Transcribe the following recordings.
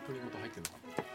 プニングと入ってるのか。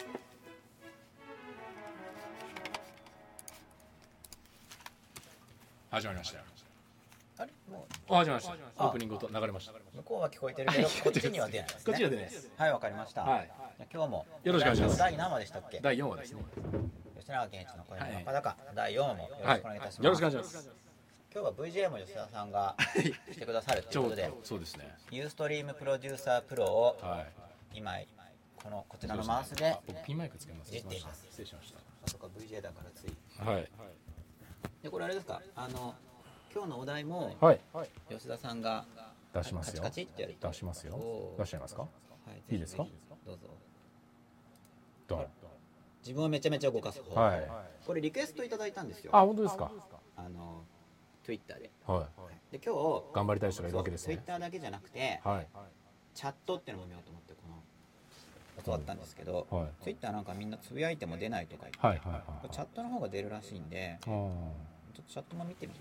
始まりましたよ。 あれもう始まりました。オープニングと流れました。 向こうは聞こえてるけどこっちには出ないですね。 こっちは出ないです。 はい、わかりました。 はい。 じゃあ今日もよろしくお願いします。 第何話でしたっけ？ 第4話ですね。 吉永健一の声の真っ裸、第4話もよろしくお願いいたします。 よろしくお願いします。 今日は VJ も吉田さんがしてくださるということで、 そうですね。 ユーストリームプロデューサープロを今こちらのマウスで僕ピンマイクつけます。 いじっています。 失礼しました。 あそこ VJ だからつい。 はい。 でこれあれですか？今日のお題も吉田さんが出しますよ。 カチカチってやると出しますよ。出しちゃいますか？ はい。 いいですか？ どうぞ。 どう？ 自分をめちゃめちゃ動かす方。 はい。 これリクエストいただいたんですよ。 あ、本当ですか？ Twitter で。 はい。 で今日頑張りたい人がいるわけですね。 Twitter だけじゃなくて、 はい。 チャットっていうのも見ようと思って教わったんですけど、 はい。 Twitter なんかみんなつぶやいても出ないとか言って、 はいはいはい。 チャットの方が出るらしいんで、ちょっとチャットも見てみます。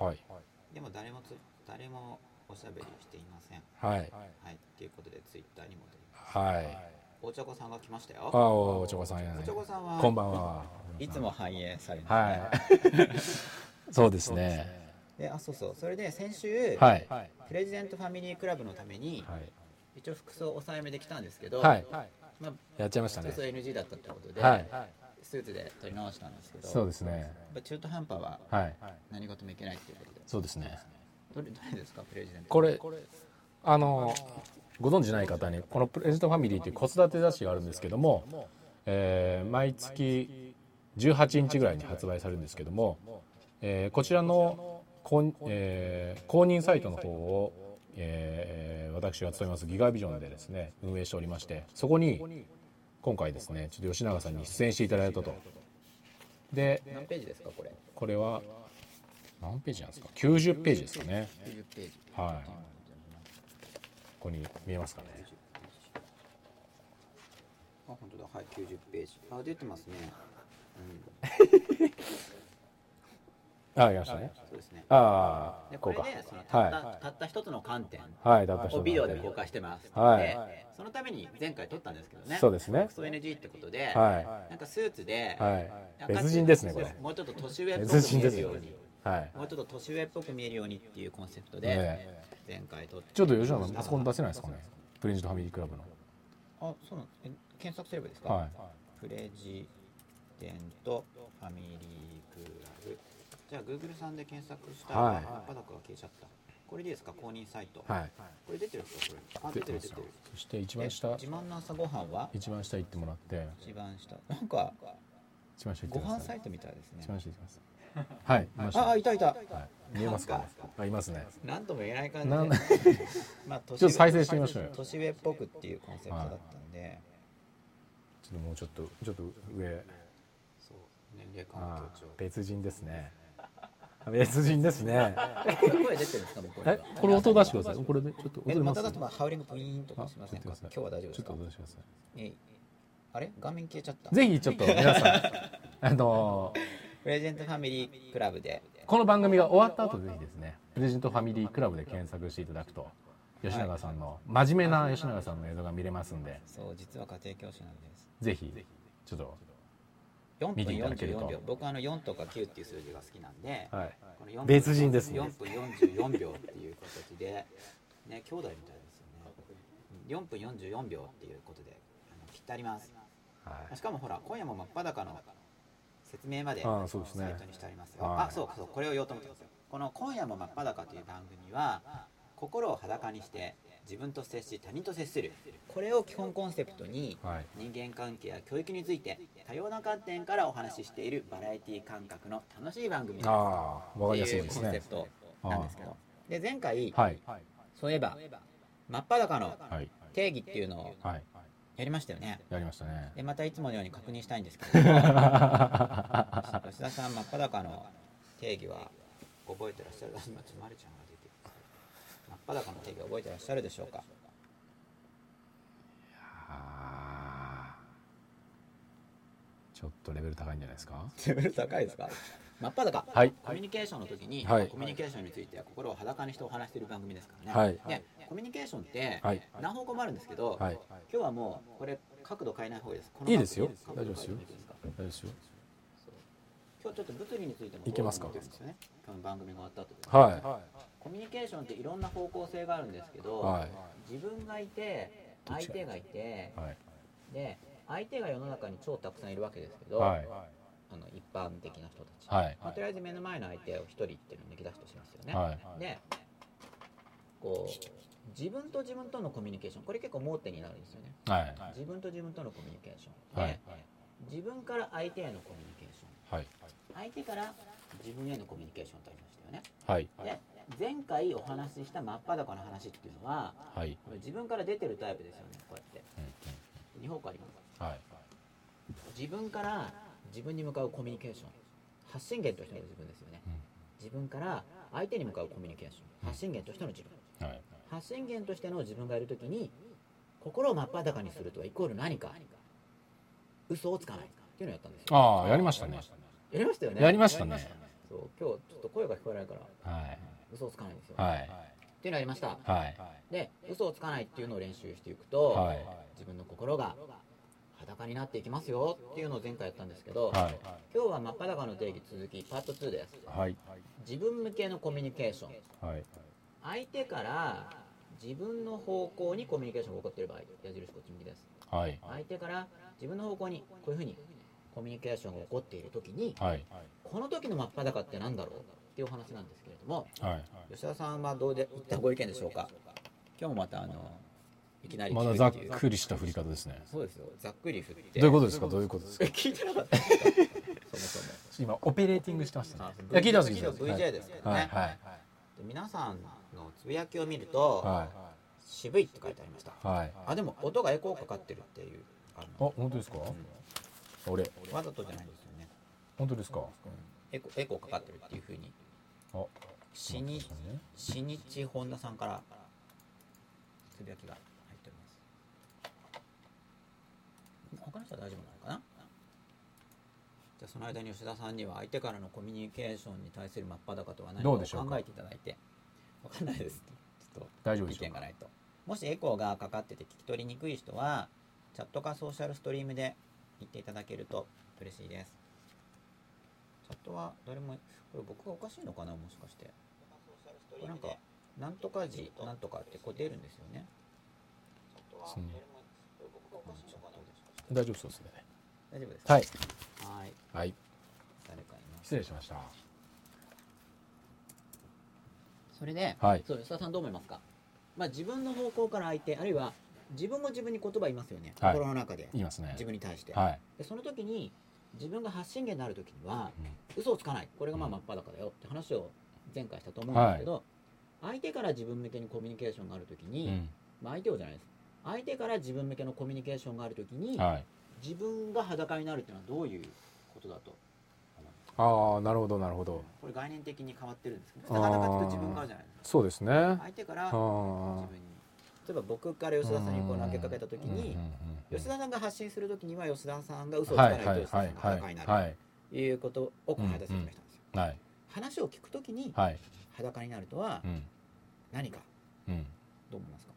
はい。 でも誰もおしゃべりしていません。 はい。 はい。ということで Twitter に戻ります。 はい。 お茶子さんが来ましたよ。 お茶子さんやね。 お茶子さんはこんばんは。 いつも反映されますね。はい。そうですね。 で、そうそれで先週、 はい。 プレジデントファミリークラブのために、一応服装抑えめで来たんですけど、 はい。 まあやっちゃいましたね。 服装 NG だったってことで、スーツで撮り直したんですけど、 そうですね。 中途半端は何事もいけないっていうことで。 そうですね。 どれですか、プレジデント？ これご存知ない方にこのプレジデントファミリーという子育て雑誌があるんですけども、毎月18日ぐらいに発売されるんですけども、こちらの公認サイトの方を、私が勤めますギガビジョンでですね運営しておりまして、そこに今回ですねちょっと吉永さんに出演していただいたと。で何ページですかこれ？ これは何ページなんですか？90ページですかね。 90ページ。 はい。ここに見えますかね。 本当だ。はい、90ページ。出てますね。 ありましたね。 そうですね。 でこれでたった一つの観点をビデオで公開してます。で、そのために前回撮ったんですけどね。 そうですね。 服装 NG ってことで、なんかスーツで別人ですねこれ。 もうちょっと年上っぽく見えるように。もうちょっと年上っぽく見えるようにっていうコンセプトで前回撮って。 ちょっと吉永さんパソコン出せないですかね。プレジデントファミリークラブの。 そうなの。検索すればいいですか？プレジデントファミリークラブ。じゃあ Google さんで検索したら真っ裸が消えちゃった。これでいいですか？公認サイト。これ出てるんですか？これ。出てる。 そして一番下。 自慢の朝ごはんは？ 一番下行ってもらって。 一番下。なんか一番下行ってご飯サイトみたいですね。 一番下行きます。はい。 いた。 見えますか？いますね。 なんとも言えない感じで。まあちょっと再生してみましょうよ。 年上っぽくっていうコンセプトだったんで。 ちょっともうちょっと上。 そう。年齢関係強調。 別人ですね。別人ですね。 声出てるんですか？ これ音出してください。これでちょっと音出ます。 まただとハウリングプイーンとかしませんか？今日は大丈夫ですか？ ちょっと音出してください。 あれ？画面消えちゃった。 ぜひちょっと皆さんプレジデントファミリークラブでこの番組が終わった後ぜひですねプレジデントファミリークラブで検索していただくと吉永さんの真面目な吉永さんの映像が見れますんで。 そう実は家庭教師なんです。 ぜひちょっと 4分44秒。僕4とか9っていう数字が好きなんで、 この別人ですね。 4分44秒っていう形でね、兄弟みたいですよね。4分44秒っていうことでぴったります。しかもほら今夜も真っ裸の説明までサイトにしてありますよ。そうこれを言おうと思ってますよ。この今夜も真っ裸という番組は心を裸にして自分と接し他人と接する、これを基本コンセプトに人間関係や教育について多様な観点からお話ししているバラエティ感覚の楽しい番組ですっていうコンセプトなんですけど、で前回そういえば真っ裸の定義っていうのをやりましたよね。 やりましたね。 でまたいつものように確認したいんですけど吉田さん真っ裸の定義は覚えてらっしゃる？今ちまるちゃんが出てる。真っ裸の定義覚えてらっしゃるでしょうか？ ちょっとレベル高いんじゃないですか？ レベル高いですか？真っ裸、コミュニケーションの時に、コミュニケーションについては心を裸にしてお話している番組ですからね。でコミュニケーションって何方向もあるんですけど、今日はもうこれ角度変えない方がいいです。 いいですよ。 この大丈夫ですよ。 角度変えていいですか？ 大丈夫ですよ。 今日ちょっと物理についてもいけますか？ そうなんですよね。今日の番組が終わった後で、 はコミュニケーションっていろんな方向性があるんですけど、 はい自分がいて相手がいて、 はいで相手が世の中に超たくさんいるわけですけど、 はい一般的な人たち、 はいとりあえず目の前の相手を一人っていうのを抜き出すとしますよね。 はいでこう自分と自分とのコミュニケーション、これ結構盲点になるんですよね。 はい自分と自分とのコミュニケーションで、 はい自分から相手へのコミュニケーション、 はい相手から自分へのコミュニケーションとありましたよね。 はいで前回お話しした真っ裸の話っていうのは、 はいこれ自分から出てるタイプですよね。こうやって2方向あります。 はい自分から自分に向かうコミュニケーション、発信源としての自分ですよね。自分から相手に向かうコミュニケーション、発信源としての自分、 はい発信源としての自分がいるときに、心を真っ裸にするとはイコール何か、嘘をつかないっていうのをやったんですよ。 ああ、やりましたね。 やりましたよね。 やりましたね。 そう、今日ちょっと声が聞こえないからはい嘘をつかないんですよ、 はいっていうのをやりました。 はいで嘘をつかないっていうのを練習していくと、 はい自分の心が裸になっていきますよっていうのを前回やったんですけど、 はい今日は真っ裸の定義続きパート2です。 はい自分向けのコミュニケーション、 はい相手から自分の方向にコミュニケーションが起こっている場合、矢印こっち向きです。 はい相手から自分の方向にこういうふうにコミュニケーションが起こっている時に、 はいこの時の真っ裸って何だろうっていうお話なんですけれども、 はい吉田さんはどうでいったご意見でしょうか。今日もまたいきなりまだざっくりした振り方ですね。 そうですよ、ざっくり振ってどういうことですか？どういうことですか？ 聞いてなかったですかそもそも今オペレーティングしてましたね。いあや聞いてます聞いてます。 VJ ですけどね、 はいはいで皆さんのつぶやきを見ると、 は渋いって書いてありました。 いはい。 あでも音がエコーかかってるっていうあ本当ですか？俺わざとじゃないんですよね。 本当ですか？ エコーかかってるっていうふうにあ新日本田さんからつぶやきが入っております。他の人は大丈夫なのかな。じゃあその間に吉田さんには相手からのコミュニケーションに対する真っ裸とは何かをどうでしょうか考えていただいて。わかんないです。ちょっと意大丈夫でしょうか？ 見がないと。もしエコーがかかってて聞き取りにくい人はチャットかソーシャルストリームで言っていただけると嬉しいです。チャットは誰も、これ僕がおかしいのかな、もしかして。これなんかなんとか字なんとかってこう出るんですよね。 大丈夫そうですね。 大丈夫ですか？ はいはい。 はい誰かいます。 失礼しました。 それで、 はいそう吉田さんどう思いますか。まあ自分の方向から相手、あるいは自分も自分に言葉言いますよね。 はい心の中で言いますね。 自分に対して。 はいでその時に自分が発信源になる時には、嘘をつかない。これがまあ真っ裸だよって話を前回したと思うんですけど、相手から自分向けにコミュニケーションがある時に、まあ相手をじゃないです。相手から自分向けのコミュニケーションがある時に、 はい自分が裸になるっていうのはどういうことだと。 ああなるほどなるほど。 これ概念的に変わってるんですけど、裸って自分からじゃないですか。 そうですね。 相手から自分に。例えば僕から吉田さんにこう投げかけた時に、吉田さんが発信する時には吉田さんが嘘をつかないと吉田さんが裸になるということをこの間説明したんですよ。 はい話を聞く時にはい裸になるとは何か、どう思いますか。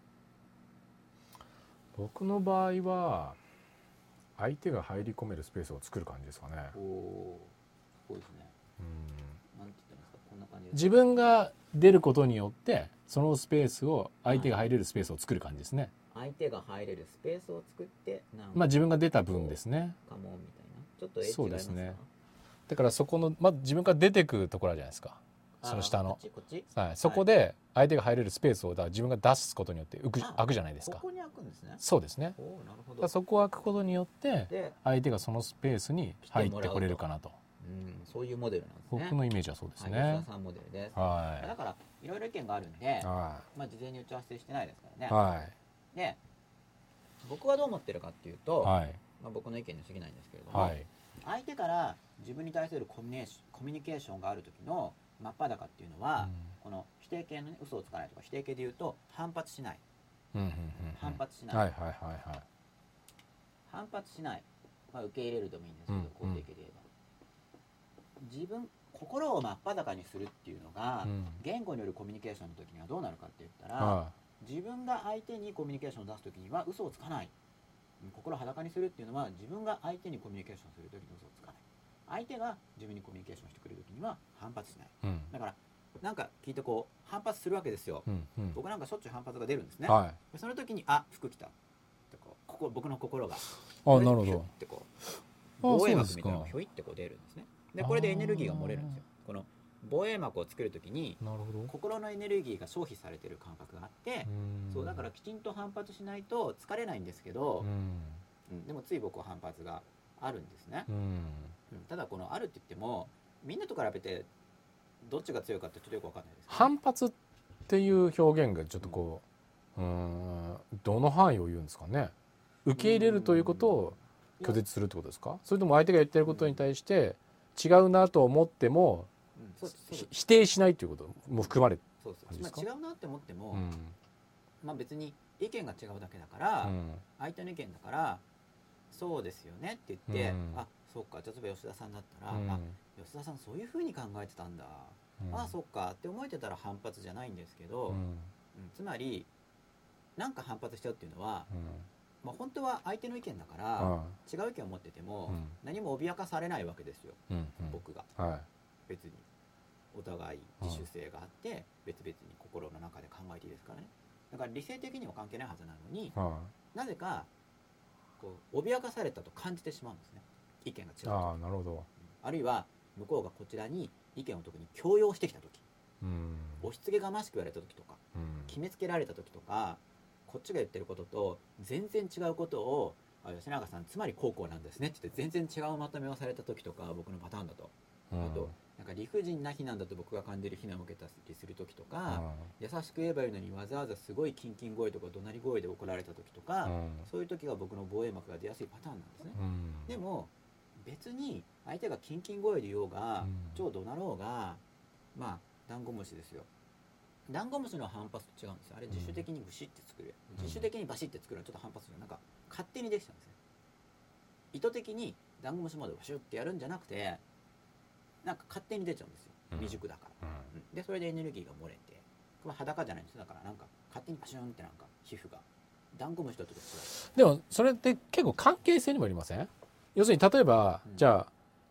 僕の場合は相手が入り込めるスペースを作る感じですかね。 おお、そうですね。なんて言ってますか。こんな感じです。 自分が出ることによってそのスペースを相手が入れるスペースを作る感じですね。 相手が入れるスペースを作ってまあ自分が出た分ですね。 かもみたいな。ちょっとエッジそうがありますか。 ですね。だからそこのまず自分から出てくるところあるじゃないですか。その下のこっちはい、そこで相手が入れるスペースをだから自分が出すことによって開くじゃないですか。 ここに開くんですね。 そうですね。 おお、なるほど。 だからそこを開くことによってで、 相手がそのスペースに入ってこれるかなと。 そういうモデルなんですね。 僕のイメージはそうですはい、 ね吉。田さんモデルです。 はだからいろいろ意見があるんで、 いはまあ事前に打ち合わせしてないですからね。 はいで、僕はどう思ってるかっていうと、 はいまあ僕の意見に過ぎないんですけれども、 はい相手から自分に対するコミュニケーションがある時の真っ裸っていうのは、この否定形の、ね、嘘をつかないとか否定形で言うと反発しない、反発しない、 はいはいはいはい反発しない、まあ、受け入れるでもいいんですけど、肯定形で言えば心を真っ裸にするっていうのが、言語によるコミュニケーションの時にはどうなるかって言ったら、自分が相手にコミュニケーションを出す時には嘘をつかない、 心を裸にするっていうのは、自分が相手にコミュニケーションするときに嘘をつかない、相手が自分にコミュニケーションしてくれるときには反発しない、だからなんか聞いてこう反発するわけですよ、僕なんかしょっちゅう反発が出るんですね、その時に服来たってこう僕の心がなるほどってこう防衛膜みたいなのがひょいってこう出るんですね。でこれでエネルギーが漏れるんですよ。この防衛膜を作るときに心のエネルギーが消費されてる感覚があって、そうだからきちんと反発しないと疲れないんですけど、でもつい僕は反発があるんですね、ただこのあるって言ってもみんなと比べてどっちが強いかってちょっとよく分かんないです、ね、 反発っていう表現がちょっとこう、どの範囲を言うんですかね。受け入れるということを拒絶するってことですか、それとも相手が言ってることに対して違うなと思っても、否定しないということも含まれるんですか。 違うなって思っても、別に意見が違うだけだから、相手の意見だからそうですよねって言って、そうか、例えば吉田さんだったら、吉田さんそういうふうに考えてたんだ、そうかって思えてたら反発じゃないんですけど、つまりなんか反発しちゃうっていうのは、本当は相手の意見だから、違う意見を持ってても、何も脅かされないわけですよ、僕が、別にお互い自主性があって、別々に心の中で考えていいですからね。だから理性的にも関係ないはずなのに、なぜかこう脅かされたと感じてしまうんですね、意見が違うと。 なるほど。 あるいは向こうがこちらに意見を特に強要してきた時、押し付けがましく言われた時とか、決めつけられた時とか、こっちが言ってることと全然違うことを吉永さんつまりこうなんですねって言って全然違うまとめをされた時とか、僕のパターンだと、あとなんか理不尽な非難だと僕が感じる非難を受けたりする時とか、優しく言えばいいのにわざわざすごいキンキン声とか怒鳴り声で怒られた時とか、そういう時が僕の防衛膜が出やすいパターンなんですね、でも別に相手がキンキン声で言おうが、超怒鳴ろうが、ダンゴムシですよ。ダンゴムシの反発と違うんですよ。あれ自主的にブシって作る、自主的にバシって作るのはちょっと反発する、なんか勝手にできちゃうんですね。意図的にダンゴムシまでバシュってやるんじゃなくて、なんか勝手に出ちゃうんですよ、未熟だから、でそれでエネルギーが漏れて、これ裸じゃないんですよ。だからなんか勝手にパシュンってなんか皮膚がダンゴムシとちょっと違う。 でもそれって結構関係性にもよりません？要するに例えば、じゃあ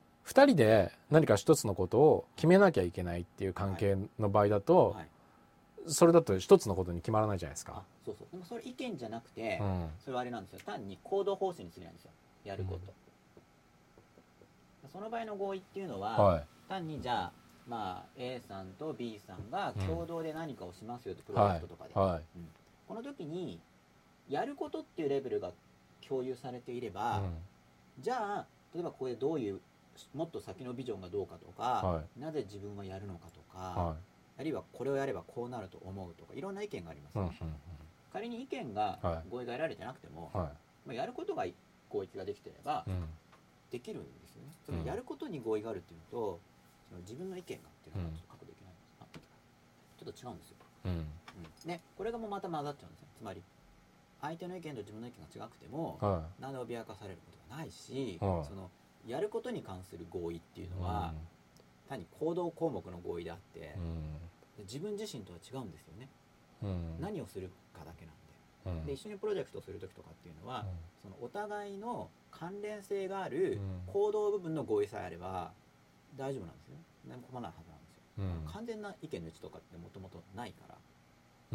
2人で何か一つのことを決めなきゃいけないっていう関係の場合だと、それだと一つのことに決まらないじゃないですか。 そうでもそれ意見じゃなくて、それはあれなんですよ、単に行動方針に過ぎないんですよ、やること、その場合の合意っていうのは、単にじゃあ、A さんと B さんが共同で何かをしますよと、プロジェクトとかで、この時にやることっていうレベルが共有されていれば、じゃあ例えばここでどういうもっと先のビジョンがどうかとか、なぜ自分はやるのかとか、あるいはこれをやればこうなると思うとか、いろんな意見があります、仮に意見が合意が得られてなくても、やることが合意ができてれば、できるんですよね。そのやることに合意があるっていうのと、その自分の意見がっていうのはちょっと確認できないんです。ちょっと違うんですよ。でこれがもうまた混ざっちゃうんですよ。つまり相手の意見と自分の意見が違くても、なんで脅かされることがないし、そのやることに関する合意っていうのは、単に行動項目の合意であって、自分自身とは違うんですよね、何をするかだけなんで、で一緒にプロジェクトをする時とかっていうのは、そのお互いの関連性がある行動部分の合意さえあれば大丈夫なんですよね。何も困らないはずなんですよ、完全な意見の一致とかってもともとないから、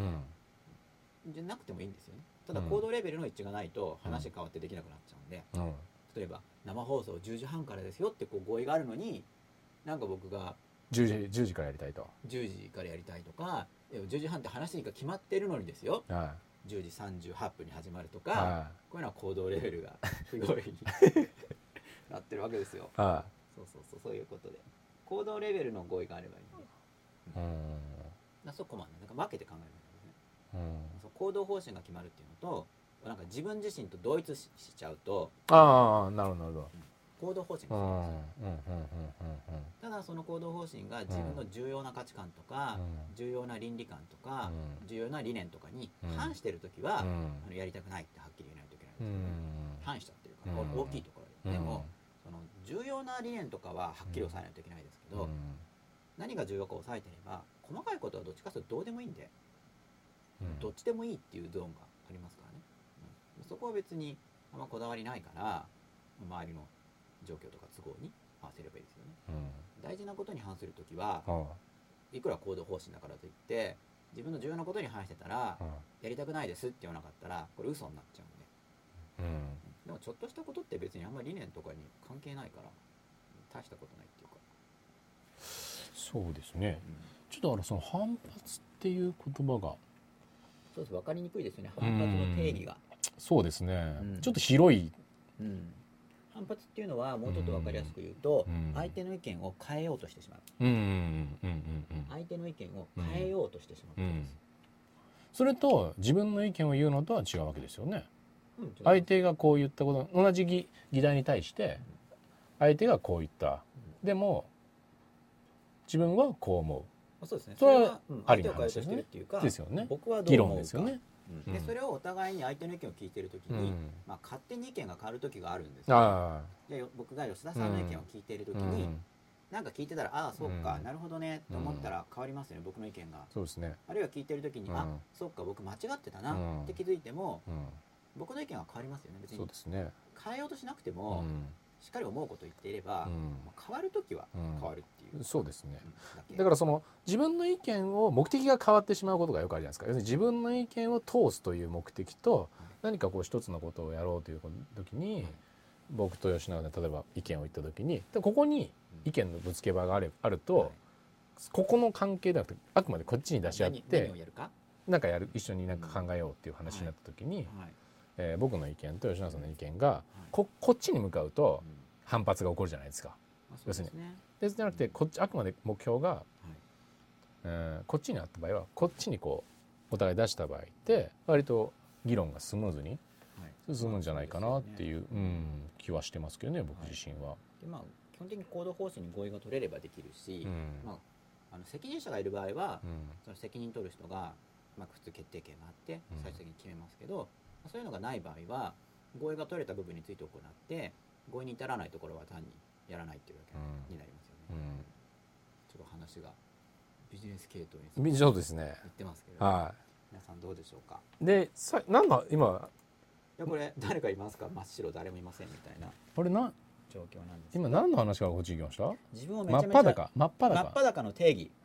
じゃなくてもいいんですよね。ただ行動レベルの一致がないと話変わってできなくなっちゃうんで、例えば生放送10時半からですよってこう合意があるのに、なんか僕が 10時からやりたいと、 10時からやりたいとか、10時半って話が決まってるのにですよ、10時38分に始まるとか、こういうのは行動レベルがすごいなってるわけですよ。そういうことで行動レベルの合意があればいいんで、そこまでなんか分けて考えるんですね。行動方針が決まるっていうのと、なんか自分自身と同一 しちゃうと、 なるほど、 行動方針がただその行動方針が自分の重要な価値観とか、重要な倫理観とか、重要な理念とかに反してるときは、やりたくないってはっきり言えないといけないんですけど、反しちゃってるから、大きいところで、でもその重要な理念とかははっきり押さえないといけないですけど、何が重要か押さえてれば、細かいことはどっちかというとどうでもいいんで、どっちでもいいっていうゾーンがありますからね、そこは別にあんまこだわりないから周りの状況とか都合に合わせればいいですよね、大事なことに反するときは、いくら行動方針だからといって自分の重要なことに反してたら、やりたくないですって言わなかったらこれ嘘になっちゃうんで、でもちょっとしたことって別にあんまり理念とかに関係ないから大したことないっていうか。 そうですね、ちょっとその反発っていう言葉がそうです、分かりにくいですよね、反発の定義が。 そうですね、ちょっと広い、 反発っていうのはもうちょっと分かりやすく言うと、相手の意見を変えようとしてしまう、相手の意見を変えようとしてしまうことです、 それと自分の意見を言うのとは違うわけですよね、相手がこう言ったこと、同じ議題に対して相手がこう言った、でも自分はこう思う、そうですね、 それはありの話ですね、 ですよね、 僕はどう思うか、 議論ですよね、 でそれをお互いに相手の意見を聞いているときに、勝手に意見が変わるときがあるんですよ、で僕が吉田さんの意見を聞いているときに、なんか聞いてたら、ああそうか、なるほどねと思ったら変わりますよね、僕の意見が。 そうですね。 あるいは聞いてるときに、あ、そうか僕間違ってたなって気づいても、僕の意見は変わりますよね。別にそうですね。 変えようとしなくても、しっかり思うことを言っていれば、変わるときは変わるっていう、 そうですね。だからその自分の意見を目的が変わってしまうことがよくあるじゃないですか。要するに自分の意見を通すという目的と、何かこう一つのことをやろうという時に、僕と吉永で例えば意見を言った時に、ここに意見のぶつけ場があると、ここの関係ではなくてあくまでこっちに出し合ってなんか一緒になんか考えようっていう話になった時に、僕の意見と吉永さんの意見がこっちに向かうと反発が起こるじゃないですか。要するにじゃなくてあくまで目標が、こっちにあった場合はこっちにこうお互い出した場合って割と議論がスムーズに進むんじゃないかなっていう、気はしてますけどね、僕自身は。 で基本的に行動方針に合意が取れればできるし、責任者がいる場合は、その責任取る人が、普通決定権があって最終的に決めますけど、そういうのがない場合は合意が取れた部分について行って合意に至らないところは単にやらないっていうわけになりますよね。ちょっと話がビジネス系統にそうですね。 言ってますけど、皆さんどうでしょうか。 で今これ誰かいますか、真っ白誰もいませんみたいなこれ状況なんです。 今何の話からこっち行きました？ 自分をめちゃめちゃ真っ裸の定義。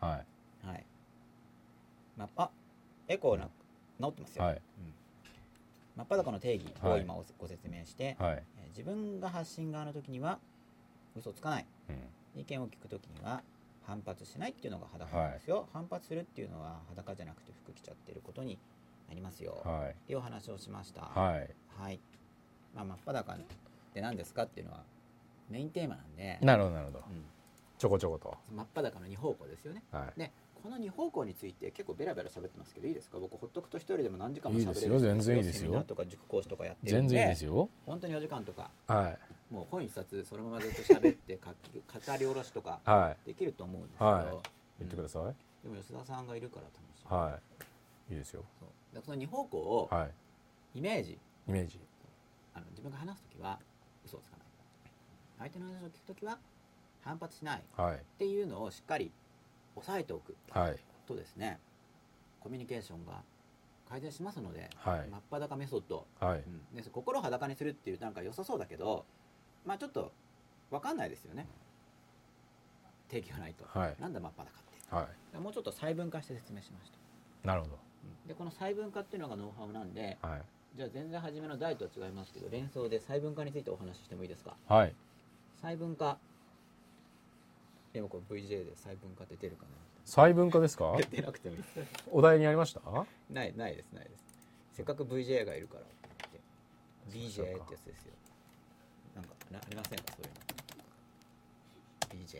エコーな治ってますよ。真っ裸の定義を今ご説明して、自分が発信側の時には嘘をつかない、意見を聞く時には反発しないっていうのが裸なんですよ。反発するっていうのは裸じゃなくて服着ちゃってることになりますよ、っていうお話をしました。真っ裸って何ですかっていうのはメインテーマなんで。 なるほど、ちょこちょこと真っ裸の2方向ですよね。でこの2方向について結構ベラベラ喋ってますけどいいですか。僕ほっとくと一人でも何時間も喋れるんですよ。 全然いいですよ。 セミナーとか塾講師とかやってるんで全然いいですよ。 本当に4時間とか、もう本一冊そのままずっと喋って語り下ろしとかできると思うんですけど、 言ってください。 でも吉田さんがいるから楽しい。 いいですよ。 その2方向をイメージ、自分が話すときは嘘をつかない、相手の話を聞くときは反発しないっていうのをしっかり押さえておくとですね、コミュニケーションが改善しますので、真っ裸メソッド、心を裸にするっていうなんか良さそうだけど、ちょっと分かんないですよね、定義がないと、なんだ真っ裸って、もうちょっと細分化して説明しました。 なるほど。 でこの細分化っていうのがノウハウなんで、じゃあ全然初めの題とは違いますけど連想で細分化についてお話ししてもいいですか。細分化、今これ VJ で細分化って出るかな。 細分化ですか？ 出なくてもいいです。 お題にありました？ ないです。せっかく VJ がいるからって BJ ってやつですよ。なんかありませんかそういうの。BJ って言って、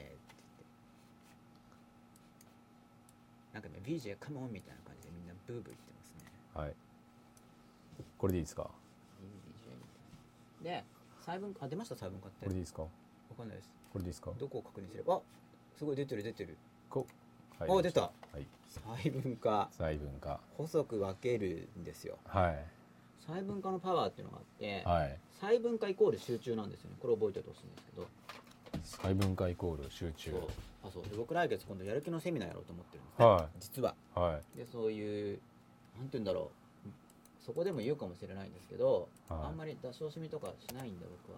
なんかね BJ カモンみたいな感じでみんなブーブー言ってますね。 これでいいですか？ BJ みたいな。で細分化出ました。細分化ってこれでいいですか？わかんないです。 これでいいですか？ どこを確認すれば、すごい出てる。出た。細分化。細く分けるんですよ。細分化のパワーっていうのがあって、細分化イコール集中なんですよね。これ覚えておいてほしいんですけど。 細分化イコール集中。 そうで僕来月今度やる気のセミナーやろうと思ってるんですね、実は。でそういうなんて言うんだろう、 そこでも言うかもしれないんですけど、 はいあんまり出し惜しみとかしないんで僕は。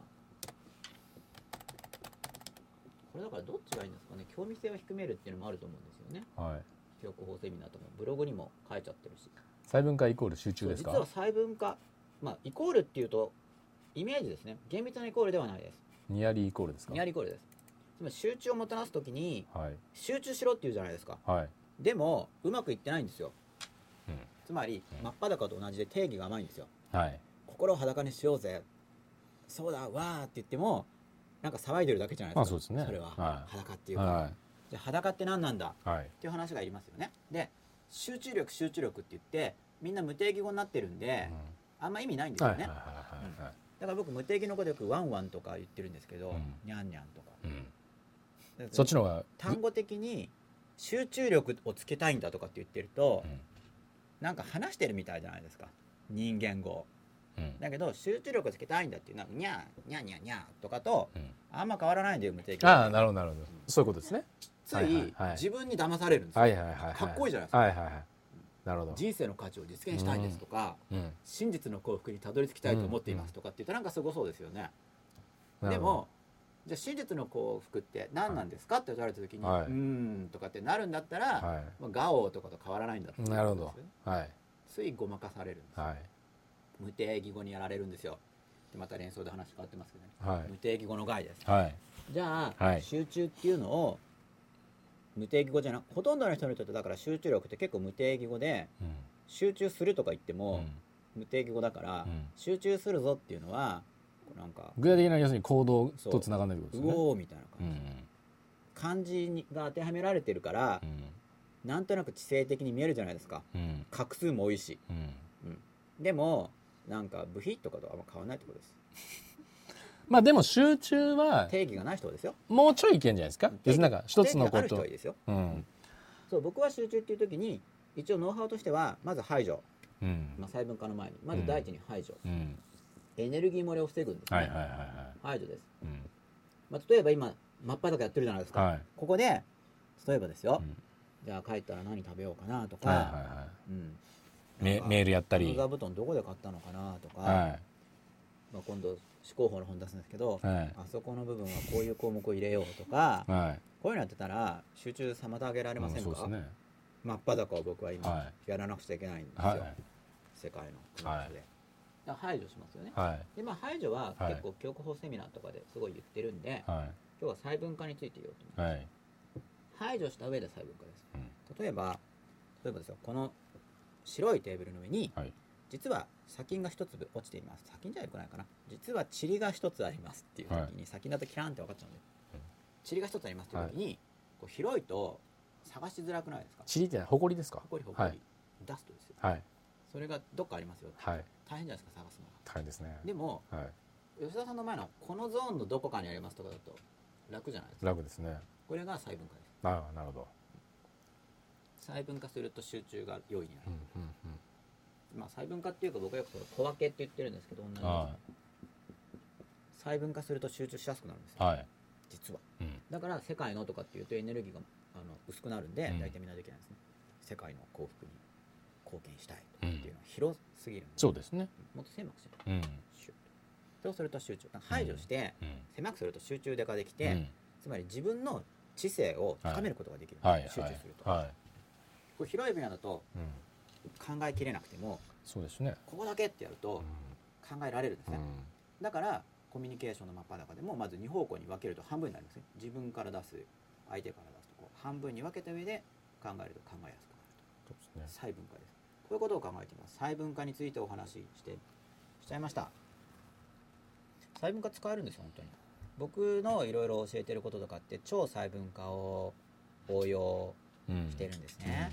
これだからどっちがいいんですかね。興味性を低めるっていうのもあると思うんですよね。 はい。 記憶法セミナーとかブログにも書いちゃってるし。 細分化イコール集中ですか？ 実は細分化、まあイコールっていうとイメージですね。厳密なイコールではないです。 ニアリーイコールですか？ ニアリーイコールです。つまり集中をもたらすときにはい集中しろって言うじゃないですか。 はいでもうまくいってないんですよ。 うんつまり真っ裸と同じで定義が甘いんですよ。 はい心を裸にしようぜ、そうだわーって言ってもなんか騒いでるだけじゃないですか。 そうですね。 それは、 はい、 裸っていうか、 はじゃあ裸って何なんだいはいっていう話がいりますよね。で集中力って言ってみんな無定義語になってるんで、あんま意味ないんですよね。だから僕無定義の語でよくワンワンとか言ってるんですけど、ニャンニャンとか、 そっちの方が単語的に集中力をつけたいんだとかって言ってると、なんか話してるみたいじゃないですか、人間語。だけど集中力をつけたいんだっていうのはニャーニャーニャーニャーとかとあんま変わらないんで無定義。 ああなるほどなるほど、そういうことですね。 つい自分に騙されるんですよ。かっこいいじゃないですか。 はいはいはい。なるほど。 人生の価値を実現したいですとか、真実の幸福にたどり着きたいと思っていますとかって言うとなんかすごそうですよね。でもじゃあ真実の幸福って何なんですかって言われた時に、うーんとかってなるんだったら、ガオとかと変わらないんだっていうことですよね。なるほど。はい。ついごまかされるんですよ。無定義語にやられるんですよ。でまた連想で話変わってますけどね。無定義語の害です。じゃあ、集中っていうのを無定義語じゃなく、ほとんどの人にとってだから集中力って結構無定義語で、集中するとか言っても、無定義語だから、集中するぞっていうのはなんか具体的な要するに行動とつながんないことですね。 うおーみたいな感じ、漢字が当てはめられてるから、なんとなく知性的に見えるじゃないですか。画数も多いし、でもなんか部品とかとあんま変わらないってことです。 まあでも集中は定義がない人ですよ。 もうちょいいけんじゃないですか。別になんか一つのこと。 そう、僕は集中っていう時に一応ノウハウとしてはまず排除、細分化の前にまず第一に排除、エネルギー漏れを防ぐんですね。排除です。例えば今真っ裸やってるじゃないですか。ここで例えばですよ、じゃあ帰ったら何食べようかなとか、 メールやったり、 座布団どこで買ったのかなとか、今度思考法の本出すんですけど、あそこの部分はこういう項目を入れようとか、こういうのやってたら集中妨げられませんか？真っ裸を僕は今やらなくちゃいけないんですよ、世界の国で。だから排除しますよね。で排除は結構教育法セミナーとかですごい言ってるんで、今日は細分化について言おうと思います。排除した上で細分化です。例えばですよ、この白いテーブルの上に、実は砂金が一粒落ちています。砂金じゃよくないかな。実は塵が一つありますっていう時に、砂金だとキラーンって分かっちゃうんで、塵が一つありますっていう時に、こう広いと探しづらくないですか？ 塵って埃ですか？ 埃、ダストですよ。それがどっかありますよ。大変じゃないですか、探すのが。 大変ですね。 でも、吉田さんの前のこのゾーンのどこかにありますとかだと楽じゃないですか。 楽ですね。 これが細分化です。 なるほど。 細分化すると集中が容易になる。細分化っていうか僕はよく小分けって言ってるんですけど、同じ細分化すると集中しやすくなるんですよ、実は。だから世界のとかっていうとエネルギーが薄くなるんで、大体みんなできないんですね。世界の幸福に貢献したいっていうのは広すぎるんで、 そうですね。 もっと狭くしない。そうすると集中排除して、狭くすると集中できて、つまり自分の知性を高めることができる。集中すると、これ広い分野だと考えきれなくても、 そうですね、 ここだけってやると考えられるんですね。だからコミュニケーションの真っ裸でもまず2方向に分けると半分になりますね。自分から出す、相手から出すとこう半分に分けた上で考えると考えやすくなると。細分化です。こういうことを考えています。細分化についてお話しちゃいました。細分化使えるんですよ、本当に。僕のいろいろ教えてることとかって超細分化を応用してるんですね。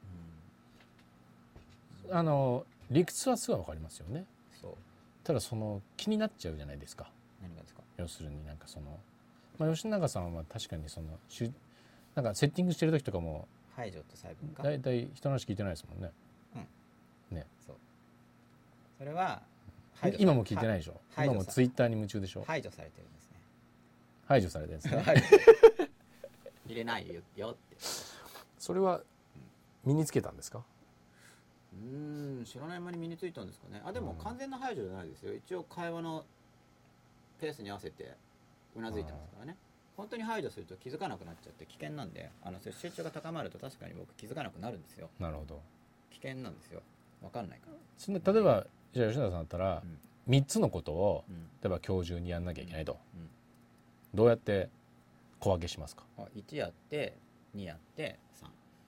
理屈はすごいわかりますよね。 そう。 ただその気になっちゃうじゃないですか。 何がですか？ 要するになんか吉永さんは確かになんかセッティングしてる時とかも排除と細分化。 だいたい人の話聞いてないですもんね。ね。そう。 それは今も聞いてないでしょ。今もツイッターに夢中でしょ。 排除されてるんですね。 排除されてるんですね。 入れないよって。 それは身につけたんですか？ 知らない間に身についたんですかね。でも完全な排除じゃないですよ。一応会話のペースに合わせてうなずいてますからね。本当に排除すると気づかなくなっちゃって危険なんで、それ集中が高まると確かに僕気づかなくなるんですよ。 なるほど。 危険なんですよ。分かんないから。 例えばじゃあ吉田さんだったら、3つのことを、例えば今日中にやんなきゃいけないと、どうやって小分けしますか ？1やって2やって3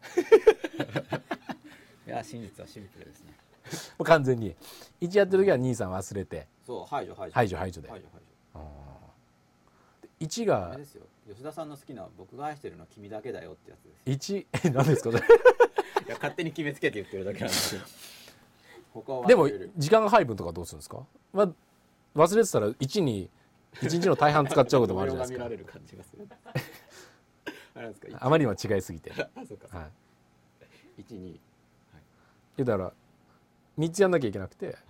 いや真実はシンプルですね。 もう完全に1やってる時は2、3忘れて、 そう排除で 1があれですよ。吉田さんの好きな僕が愛してるのは君だけだよってやつです。 1何ですかそれいや勝手に決めつけて言ってるだけなんですよ。 でも時間配分とかどうするんですか、忘れてたら1日の大半使っちゃうこともあるじゃないですか。 見られる感じがするあれですか、 あまりにも違いすぎてそうか、 はい、 1、2、 だから3つやんなきゃいけなくて、 はい、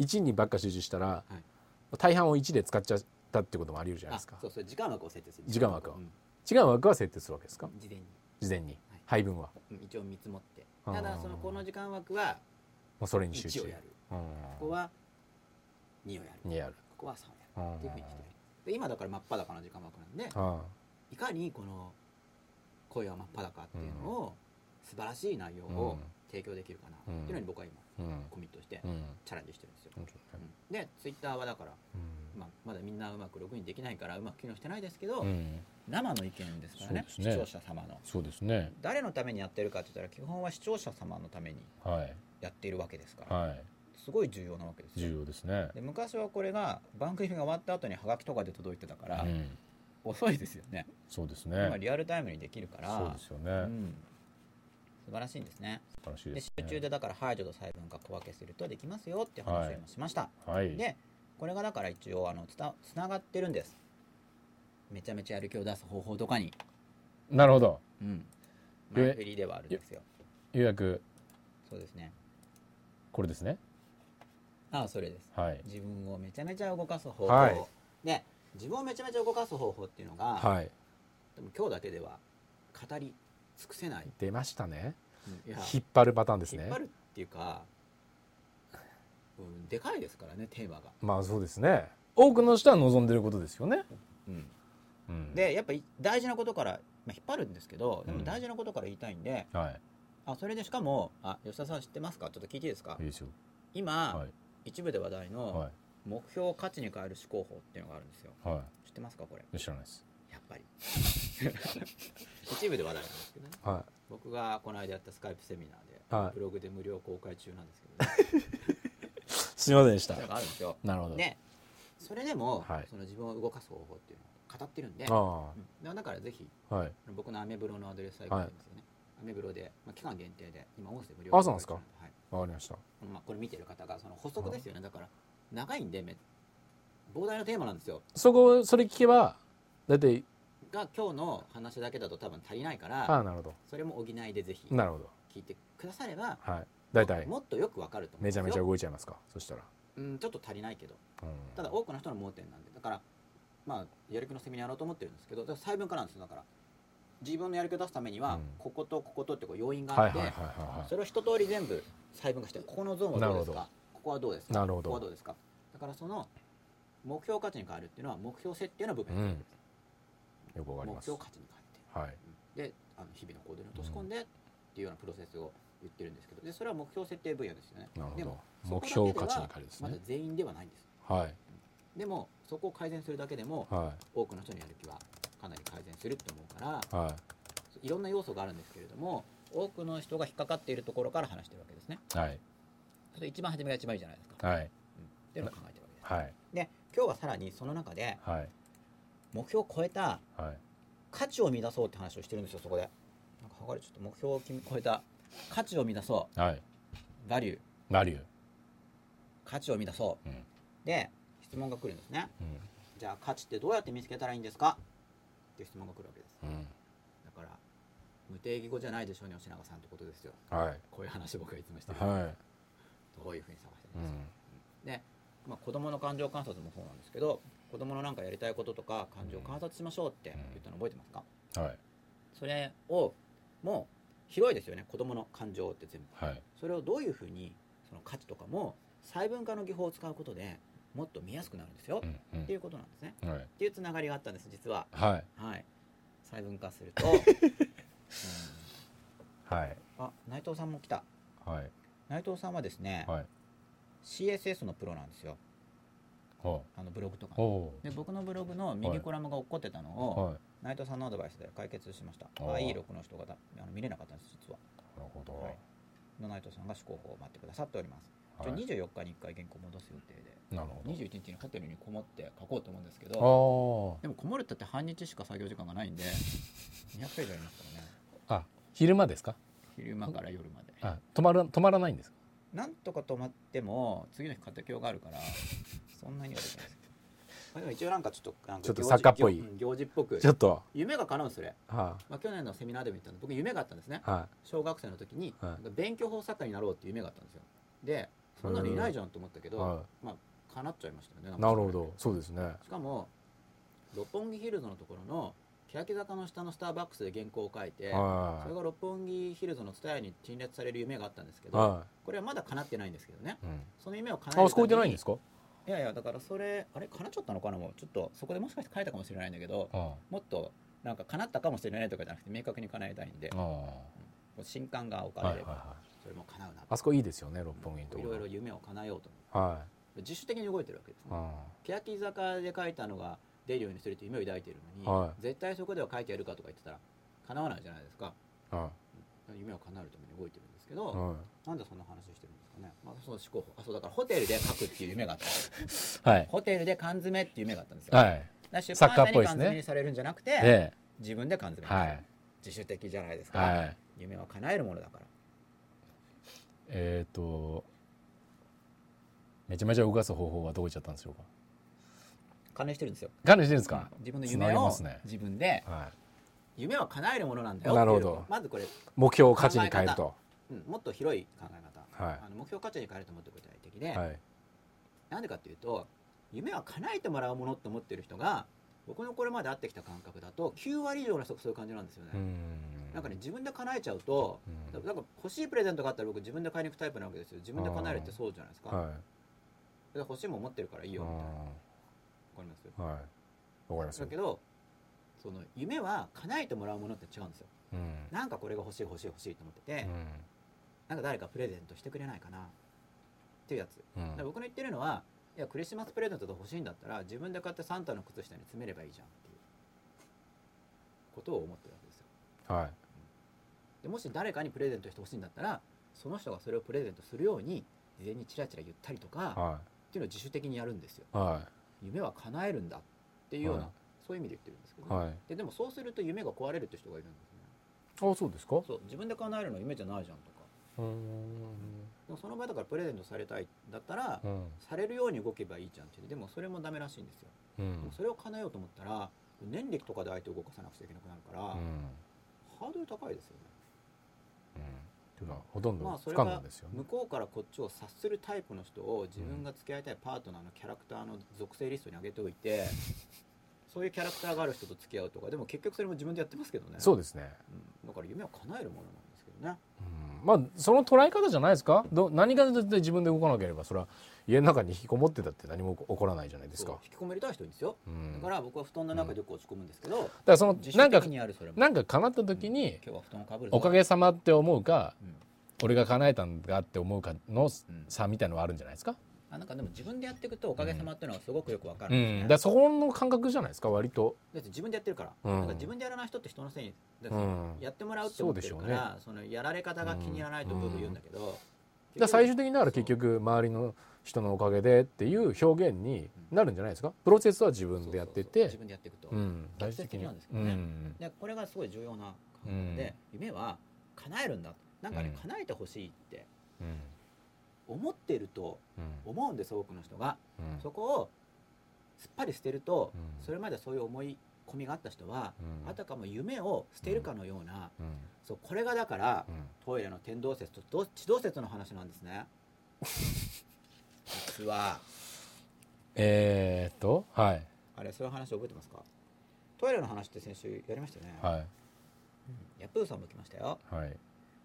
1にばっか集中したら、 はい、 大半を1で使っちゃったってこともあり得るじゃないですか。 そう時間枠を設定する。 時間枠は設定するわけですか？ 事前に、はい、配分は一応見積もって、ただこの時間枠はもうそれに集中。 1をやる、ここは2をやる、ここは3をやるっていうふうにしてる。で今だから真っ裸の時間枠なんで、いかにこの声は真っ裸っていうのを、素晴らしい内容を提供できるかなっていうのに僕は今、コミットしてチャレンジしてるんですよ。でツイッターはだから、まだみんなうまくログインできないからうまく機能してないですけど、生の意見ですからね、視聴者様の。 そうですね。 誰のためにやってるかって言ったら基本は視聴者様のためにやっているわけですから、すごい重要なわけですよ。 重要ですね。 で昔はこれが番組が終わった後にハガキとかで届いてたから、遅いですよね。 そうですね。 今リアルタイムにできるから、 そうですよね。 素晴らしいんですね。 素晴らしいですね。 で集中でだから排除と細分化小分けするとできますよって話を今しました。でこれがだから一応つながってるんです。めちゃめちゃやる気を出す方法とかに。なるほど。前振りではあるんですよ。 ようやくそうですね。 これですね。 それです。自分をめちゃめちゃ動かす方法、で自分をめちゃめちゃ動かす方法っていうのが、でも今日だけでは語り尽くせない。 出ましたね。引っ張るパターンですね。 引っ張るっていうか、でかいですからね、テーマが。 まあそうですね。多くの人は望んでることですよね。 でやっぱり大事なことから、引っ張るんですけど、でも大事なことから言いたいんで、それでしかも吉田さん知ってますか？ちょっと聞いていいですか？ いいですよ。 今、一部で話題の目標を価値に変える思考法っていうのがあるんですよ。知ってますかこれ？ 知らないです。 やっぱり一部で話題なんですけどね、僕がこの間やったスカイプセミナーで、ブログで無料公開中なんですけど、 すみませんでした。 それがあるんですよ。 なるほど。 でそれでも、その自分を動かす方法っていうのを語ってるんで、だからぜひ、僕のアメブロのアドレスサイトありますよね。アメブロで、期間限定で今音声無料公開中なんで。 そうなんですか。わかりました。 これ見てる方がその補足ですよね。だから長いんで膨大なテーマなんですよ。 それ聞けばだいたいが今日の話だけだと多分足りないから、 なるほど。 それも補いでぜひ聞いてくだされば、 だいたいもっとよくわかると思う。 めちゃめちゃ動いちゃいますか。そしたらちょっと足りないけど、ただ多くの人の盲点なんで、だからやる気のセミナーやろうと思ってるんですけど、細分化なんですよ。だから自分のやる気を出すためには、こことこことって要因があって、それを一通り全部細分化して、ここのゾーンはどうですか、ここはどうですか、ここはどうですか。だからその目標価値に変えるっていうのは目標設定の部分です。 よくわかります。 目標価値に変えて、で日々の行動に落とし込んでっていうようなプロセスを言ってるんですけど、でそれは目標設定分野ですよね。でも目標価値に変えるですね。 まだ全員ではないんです。でもそこを改善するだけでも、多くの人のやる気はかなり改善すると思うから、いろんな要素があるんですけれども、多くの人が引っかかっているところから話してるわけですね。それ一番初めが一番いいじゃないですか。っていうのを考えてるわけです。で今日はさらにその中で、目標を超えた価値を生み出そうって話をしてるんですよ。そこでなんか剥がれちょっと目標を超えた価値を生み出そう、バリュー価値を生み出そう、で質問が来るんですね。じゃあ価値ってどうやって見つけたらいいんですかって質問が来るわけです。だから無定義語じゃないでしょうね、吉永さんってことですよ。こういう話僕がいつもしてる、どういうふうに探してるんですか。で子供の感情観察もそうなんですけど、子供のなんかやりたいこととか感情を観察しましょうって言ったの覚えてますか？それをもう広いですよね、子供の感情って全部。 はい。 それをどういうふうにその価値とかも細分化の技法を使うことでもっと見やすくなるんですよ、っていうことなんですね。 はい。 っていうつながりがあったんです実は。 はい。 はい。細分化すると、 はい。 あ、内藤さんも来た。 はい。 内藤さんはですね、 はい。 CSS のプロなんですよ。 はブログとかあ。おで、僕のブログのミニコラムが起こってたのを、 はい。 内藤さんのアドバイスで解決しました。 あー IE6 の人が見れなかったんです実は。 なるほど。 はいの内藤さんが思考法を待ってくださっております。 はい 24日に1回原稿戻す予定で、 なるほど。 21日にホテルにこもって書こうと思うんですけど、 あでもこもるって半日しか作業時間がないんで200ページありますからね。 あ。あ、昼間ですか？ 昼間から夜まで。 あ、止まらないんですか？ なんとか止まっても次の日家庭教があるからそんなにはできないです。でも一応なんかちょっと作家っぽい行事っぽくちょっと。 夢が叶うんそれ。 は去年のセミナーでも言ったんで、僕夢があったんですね。 い。は小学生の時には勉強法作家になろうっていう夢があったんですよ。で、そんなのいないじゃんと思ったけど、 は叶っちゃいましたよね。 い。なるほど。そうですね。 しかも六本木ヒルズのところの欅坂の下のスターバックスで原稿を書いて、 はそれが六本木ヒルズの蔦屋に陳列される夢があったんですけい。 ど、 はこれはまだ叶ってないんですけどね。 い。うん。 その夢を叶えるために、 あそこ置いてないんですか？ いやいや、だからそれあれ叶っちゃったのかな。もうちょっとそこでもしかして書いたかもしれないんだけど、 あもっとなんか叶ったかもしれないとかじゃなくて明確に叶えたいんで、 あ。 新刊が置かれればはいはいはい。 それも叶うなあそこいいですよね、六本木のところ。 いろいろ夢を叶えようとは自主的に動いてるわけですい。 ね。 あ欅坂で書いたのが出るようにするという夢を抱いているのに、 は絶対そこでは書いてやるかとか言ってたら叶わないじゃないですか。 あ。は夢を叶えるために動いてるんですけど、 い。はなんでそんな話してるんですかね。そう思考法、そうだからホテルで書くっていう夢があったんですい。はい。 ホテルで缶詰っていう夢があったんですよ。 はい。 だから出サッカー版社に缶っぽいですね詰にされるんじゃなくて、 で、 自分で缶詰にする、 はい。 自主的じゃないですか、 はい。 夢は叶えるものだから。 めちゃめちゃ動かす方法はどこ行っちゃったんでしょうか？ 関連してるんですよ。 管理してるんですか？ 自分のつな夢をげますね。 自分で、 は夢は叶えるものなんだよなるほどっていうまずこれ、 目標を価値に変えると。 もっと広い考え方、 はい目標価値に変えるともっと具体的で、 はい。 なんでかっていうと、夢は叶えてもらうものって思ってる人が僕のこれまで会ってきた感覚だと9割以上の人がそういう感じなんですよね。なんかね、自分で叶えちゃうと、なんか欲しいプレゼントがあったら僕自分で買いに行くタイプなわけですよ。自分で叶えるってそうじゃないですか。 はで欲しいもん持ってるからいいい。 よみたいな。わかります？ はい。わかりますよ。 だけどその夢は叶えてもらうものって違うんですよ。なんかこれが欲しいと思ってて、なんか誰かプレゼントしてくれないかなっていうやつ。だから僕の言ってるのは、いやクリスマスプレゼントで欲しいんだったら自分で買ってサンタの靴下に詰めればいいじゃんっていうことを思ってるわけですよ。 はい。 でもし誰かにプレゼントしてほしいんだったら、その人がそれをプレゼントするように事前にチラチラ言ったりとか、 はっていうのを自主的にやるんですよ。 い。は夢は叶えるんだっていうような、 はいそういう意味で言ってるんですけい。 ど、 はい。 でもそうすると夢が壊れるって人がいるんですね。 あ、そうですか？ そう、自分で叶えるのは夢じゃないじゃんとか。でもその場合だからプレゼントされたいだったら、されるように動けばいいじゃんって。でもそれもダメらしいんですよ。でもそれを叶えようと思ったら念力とかで相手を動かさなくちゃいけなくなるから、ハードル高いですよね。 というかほとんど不それが可能ですよね。 向こうからこっちを察するタイプの人を自分が付き合いたいパートナーのキャラクターの属性リストに上げておいて、そういうキャラクターがある人と付き合うとか。でも結局それも自分でやってますけどね。 そうですね。 だから夢を叶えるものなんですけどね。 まあその捉え方じゃないですか。何かで自分で動かなければそれは家の中に引きこもってたって何も起こらないじゃないですか。 引きこもりたい人いるんですよ。だから僕は布団の中でよく落ち込むんですけど、 だからその自主的にやる。それもなんか叶った時に今日は布団をかぶるぞ、 おかげさまって思うか、俺が叶えたんだって思うかの差みたいなのはあるんじゃないですか。 なんかでも自分でやっていくとおかげさまっていうのがすごくよくわかるんですね。 だからそこの感覚じゃないですか割と。 だって自分でやってるから、なんか自分でやらない人って人のせいにやってもらうって思ってるから、そのやられ方が気に入らないと僕言うんだけど、だから最終的にだから結局周りの人のおかげでっていう表現になるんじゃないですか。プロセスは自分でやってて、 自分でやっていくと最終的になんですけどね。でこれがすごい重要な考えで、夢は叶えるんだ。なんかね、叶えてほしいって思ってると思うんです、多くの人が。そこをすっぱり捨てると、それまでそういう思い込みがあった人は、あたかも夢を捨てるかのような、そうこれがだから、トイレの天動説と地動説の話なんですね。実ははい。 あれ、そういう話覚えてますか？トイレの話って先週やりましたよね。 はい。 ヤプーさんも来ましたよ。 はい。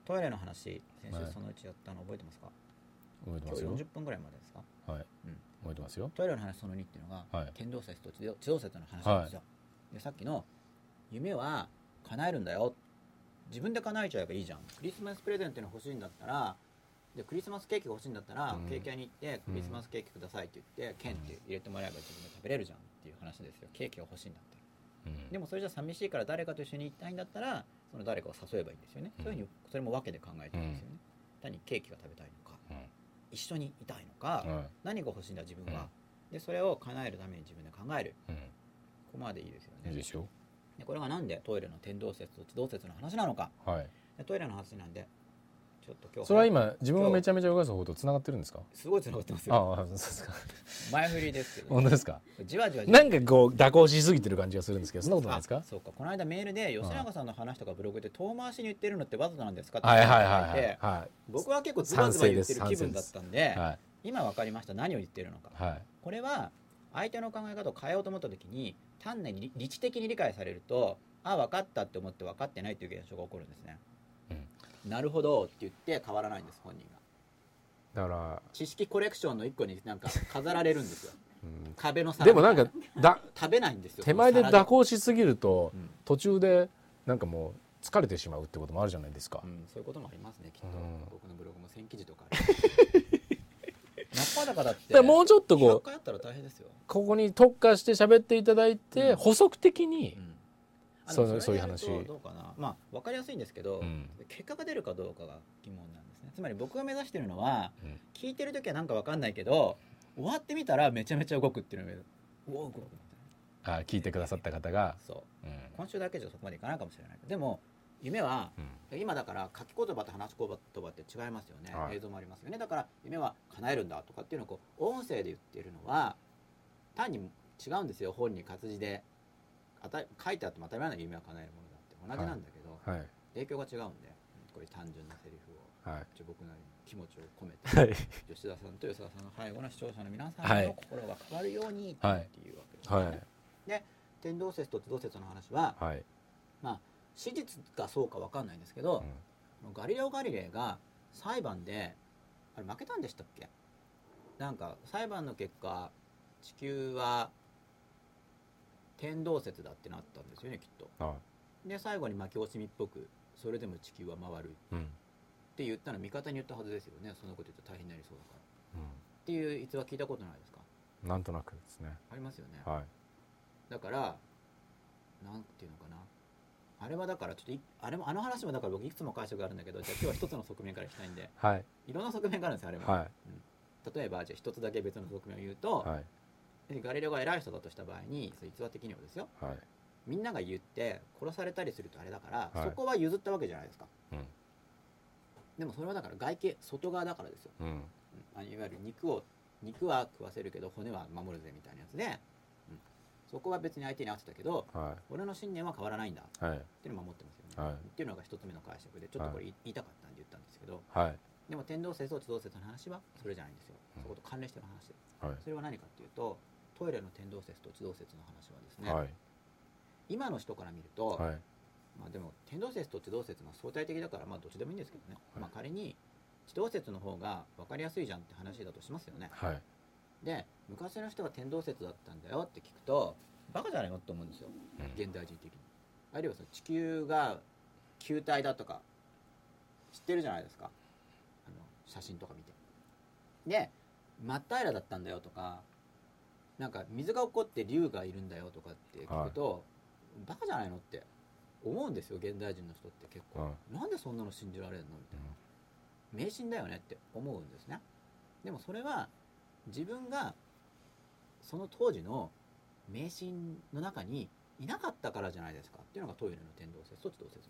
トイレの話先週そのうちやったの覚えてますか？ 覚えてますよ。 今日40分ぐらいまでですか？ はい、覚えてますよ。 トイレの話その2っていうのが、天動説と地動説の話なんですよ。でさっきの夢は叶えるんだよ、自分で叶えちゃえばいいじゃん、クリスマスプレゼントの欲しいんだったら、でクリスマスケーキが欲しいんだったら、ケーキ屋に行ってクリスマスケーキくださいって言って、ケンって入れてもらえば自分で食べれるじゃんっていう話ですよ。ケーキが欲しいんだって、でもそれじゃ寂しいから誰かと一緒に行きたいんだったら、その誰かを誘えばいいんですよね。そういうふうにそれも分けて考えてるんですよね。単にケーキが食べたいのか、一緒にいたいのか、何が欲しいんだ自分は、でそれを叶えるために自分で考える、ここまでいいですよね。 いいですよ。 でこれがなんでトイレの天動説と地動説の話なのか、でトイレの話なんでちょっと今日それは今自分をめちゃめちゃ動かす方とつながってるんですか？ すごいつながってますよ。 そうですか。 前振りですけど、 本当ですか？ じわじわなんかこう蛇行しすぎてる感じがするんですけど、そんなことないですか？ そうか、この間メールで吉永さんの話とかブログで遠回しに言ってるのってわざとなんですかって言ってて、僕は結構ズバズバ言ってる気分だったんで、今分かりました、何を言ってるのか。これは相手の考え方を変えようと思った時に単に理知的に理解されると、あ、分かったって思って分かってないっていう現象が起こるんですね。なるほどって言って変わらないんです、本人が。だから知識コレクションの一個になんか飾られるんですよ。壁の皿でもなんか食べないんですよ。 手前で蛇行しすぎると、途中でなんかもう疲れてしまうってこともあるじゃないですか。 そういうこともありますね、きっと。僕のブログも1000記事とかある。真っ裸だってもうちょっとこう 100回あったら大変ですよ。 ここに特化して喋っていただいて、補足的にそういう話どうかな。まあ分かりやすいんですけど、結果が出るかどうかが疑問なんですね。つまり僕が目指しているのは、聞いてる時はなんか分かんないけど終わってみたらめちゃめちゃ動くっていうのを動くみたいな。 聞いてくださった方が今週だけじゃそこまでいかないかもしれない。でも夢は、今だから書き言葉と話し言葉って違いますよね。映像もありますよね。だから夢は叶えるんだとかっていうのをこう音声で言っているのは単に違うんですよ。本に活字で書いてあっても当たり前な夢は叶えるものだって同じなんだけど、影響が違うんで、これ単純なセリフを、僕なりに気持ちを込めて、吉田さんと吉田さんの背後の視聴者の皆さんの心が変わるようにっていうわけですね。で天動説と地動説の話は、まあ史実かそうか分かんないんですけど、ガリレオ・ガリレイが裁判であれ負けたんでしたっけ？なんか裁判の結果地球は天動説だってなったんですよね、きっと。で最後に負け惜しみっぽくそれでも地球は回るって言ったの味方に言ったはずですよね。そんなこと言うと大変になりそうだから、っていう逸話聞いたことないですか？ なんとなくですね。 ありますよね。だからなんていうのかな、あれはだからちょっとあの話もだから僕いくつも解釈があるんだけど、じゃあ今日は一つの側面からいきたいんで、いろんな側面があるんですよあれも。例えばじゃあ一つだけ別の側面を言うと、ガリレオが偉い人だとした場合に、逸話的にはですよ、みんなが言って殺されたりするとあれだから、そこは譲ったわけじゃないですか。でもそれはだから外形外側だからですよ。いわゆる肉は食わせるけど骨は守るぜみたいなやつで、そこは別に相手に合ってたけど、俺の信念は変わらないんだっていうのを守ってますよね。っていうのが一つ目の解釈で、ちょっとこれ言いたかったんで言ったんですけど、でも天動説と地動説の話はそれじゃないんですよ。そこと関連してる話です。それは何かっていうと、トイレの天動説と地動説の話はですね、今の人から見ると、まあでも天動説と地動説が相対的だから、まあどっちでもいいんですけどね、まあ仮に地動説の方が分かりやすいじゃんって話だとしますよね。で昔の人が天動説だったんだよって聞くとバカじゃないのって思うんですよ、現代人的に。あるいは地球が球体だとか知ってるじゃないですか、写真とか見て。で真っ平らだったんだよとか、なんか水が起こって竜がいるんだよとかって聞くと、バカじゃないのって思うんですよ、現代人の人って結構。なんでそんなの信じられるのみたいな、迷信だよねって思うんですね。でもそれは自分がその当時の迷信の中にいなかったからじゃないですかっていうのがトイレの天動説と地動説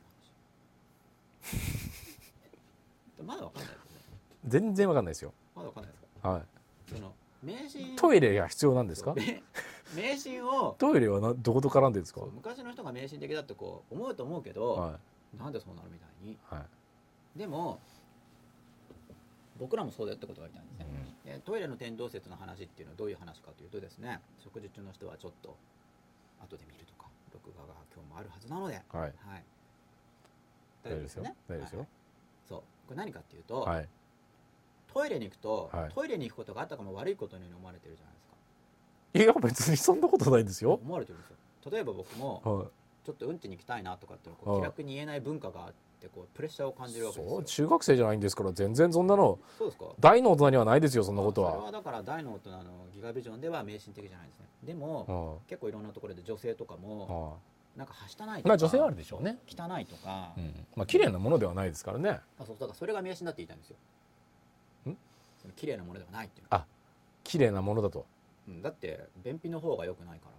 の話。まだわかんないですね。 全然わかんないですよ。 まだわかんないですか？その迷信、 トイレが必要なんですか？ 迷信をトイレはどこと絡んでるんですか？ 昔の人が迷信的だってこう思うと思うけど、なんでそうなるみたいに。でも僕らもそうだよってことが言いたいんですね。トイレの天動説の話っていうのはどういう話かというとですね、食事中の人はちょっと後で見るとか録画が今日もあるはずなので、大丈夫ですよね。大丈夫ですよ。そこれ何かっていうと、 はい、 トイレに行くと、 はい、 トイレに行くことがあったかも悪いことのように思われてるじゃないですか。 いや別にそんなことないんですよ。 思われてるんですよ。例えば僕も、 はい、 ちょっとうんちに行きたいなとかっていうのをこう気楽に言えない文化があってこうプレッシャーを感じるわけですよ。 そう中学生じゃないんですから全然そんなのそうですか。 大の大人にはないですよそんなことは。 それはだから大の大人のギガビジョンでは迷信的じゃないですね。でも、結構いろんなところで女性とかも、なんかはしたないとか、 まあ女性はあるでしょうね。 汚いとか、 まあ綺麗なものではないですからね。 そうだからそれが迷信だって言いたいんですよ。その綺麗なものではないっていう。 綺麗なものだと。 だって便秘の方が良くないから。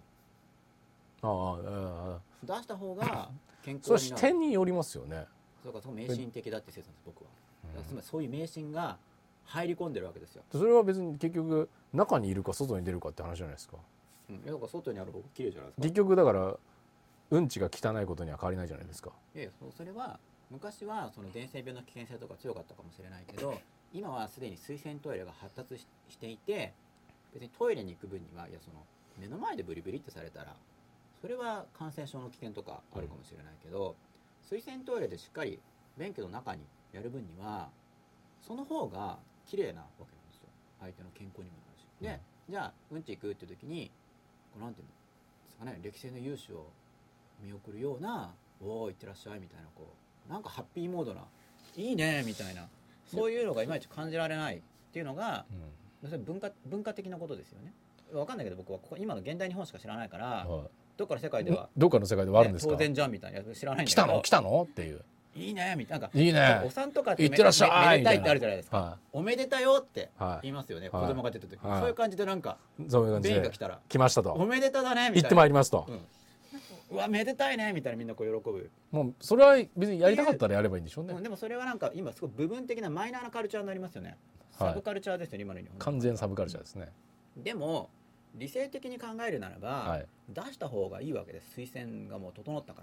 出した方が健康になる。 それは視点によりますよね。 そうか、迷信的だって説なんです僕は。だからつまりそういう迷信が入り込んでるわけですよ。 それは別に結局中にいるか外に出るかって話じゃないですか。 だから外にある方が綺麗じゃないですか。 結局だからうんちが汚いことには変わりないじゃないですか。 それは昔はその伝染病の危険性とか強かったかもしれないけど、今はすでに水洗トイレが発達していて、別にトイレに行く分にはその目の前でブリブリってされたらそれは感染症の危険とかあるかもしれないけど、水洗トイレでしっかり便器の中にやる分にはその方が綺麗なわけなんですよ。相手の健康にもなるし。で、じゃあうんち行くっていう時にこうなんていうんですかね、歴戦の勇士を見送るような「おおいってらっしゃい」みたいな、こうなんかハッピーモードな「いいね」みたいな、そういうのがいまいち感じられないっていうのが、それ文化的なことですよね。分かんないけど僕は今の現代日本しか知らないから、どっかの世界ではどっかの世界ではあるんですか。 当然じゃんみたいな知らないんだけど、 来たのっていういいねみたいな、 いいねお産とかっていってらっしゃいめでたいってあるじゃないですか、 はい、 おめでたよってはい言いますよね、 はい、 子供が出た時、 はい、 そういう感じでなんかそういう感じで便が来たら来ましたと、 おめでただねみたいな、 行ってまいりますと、 うわめでたいねみたいな、みんなこう喜ぶ。 もうそれは別にやりたかったらやればいいんでしょうね。 でもそれはなんか今すごい部分的なマイナーなカルチャーになりますよね。サブカルチャーですよね、今の日本。 完全サブカルチャーですね。 でも理性的に考えるならば、出した方がいいわけです。推薦がもう整ったから、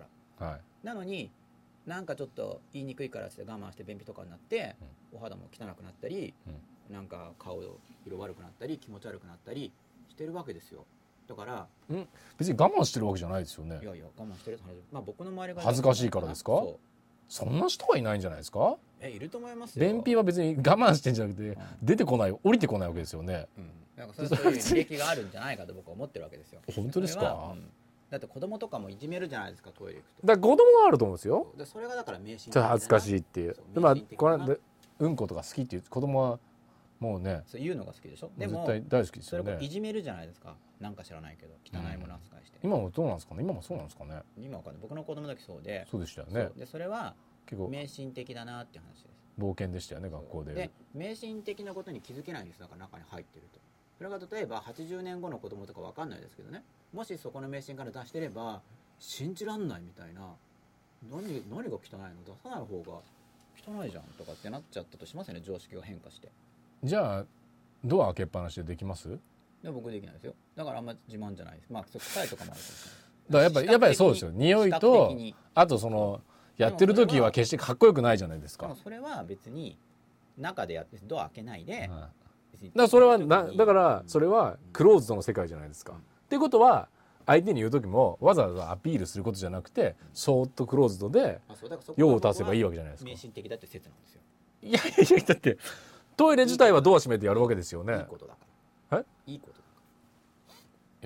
なのになんかちょっと言いにくいからって我慢して便秘とかになって、お肌も汚くなったり、なんか顔色悪くなったり気持ち悪くなったりしてるわけですよ。だから別に我慢してるわけじゃないですよね。 いや我慢してる。まあ僕の周りが恥ずかしいからですか。そんな人はいないんじゃないですか。 いると思いますよ。 便秘は別に我慢してんじゃなくて、出てこない、降りてこないわけですよね。 なんかそういう履歴があるんじゃないかと僕は思ってるわけですよ。 本当ですか。 だって子供とかもいじめるじゃないですか、トイレ行くと。 だから子供はあると思うんですよ。 それがだから迷信。 ちょっと恥ずかしいっていう。まあこれうんことか好きっていう子供はもうね、 そう言うのが好きでしょ。でも絶対大好きですよね。 それをいじめるじゃないですか。なんか知らないけど汚いもの扱いして。 今もどうなんですかね。今もそうなんですかね。 今わかんない。僕の子供の時そうで。 そうでしたよね。 でそれは結構迷信的だなっていう話です。 冒険でしたよね、学校で。 で迷信的なことに気づけないんです。だから中に入ってると。それが例えば80年後の子供とかわかんないですけどね。もしそこの迷信から出してれば信じらんないみたいな、何が汚いの、出さない方が汚いじゃんとかってなっちゃったとしますよね、常識が変化して。 じゃあドア開けっぱなしでできます？ で僕できないですよ。だからあんま自慢じゃないです。まあ臭いとかもあるかもしれない。 だからやっぱりそうですよ。匂いとあとそのやってる時は決してかっこよくないじゃないですか。 でもそれは別に中でやってドア開けないで、 だからそれはだからそれはクローズドの世界じゃないですか。っていうことは相手に言う時もわざわざアピールすることじゃなくて、そーっとクローズドで用を足せばいいわけじゃないですか。 迷信的だって説なんですよ。 いやだってトイレ自体はドア閉めてやるわけですよね。 いいことだから。いいことだから。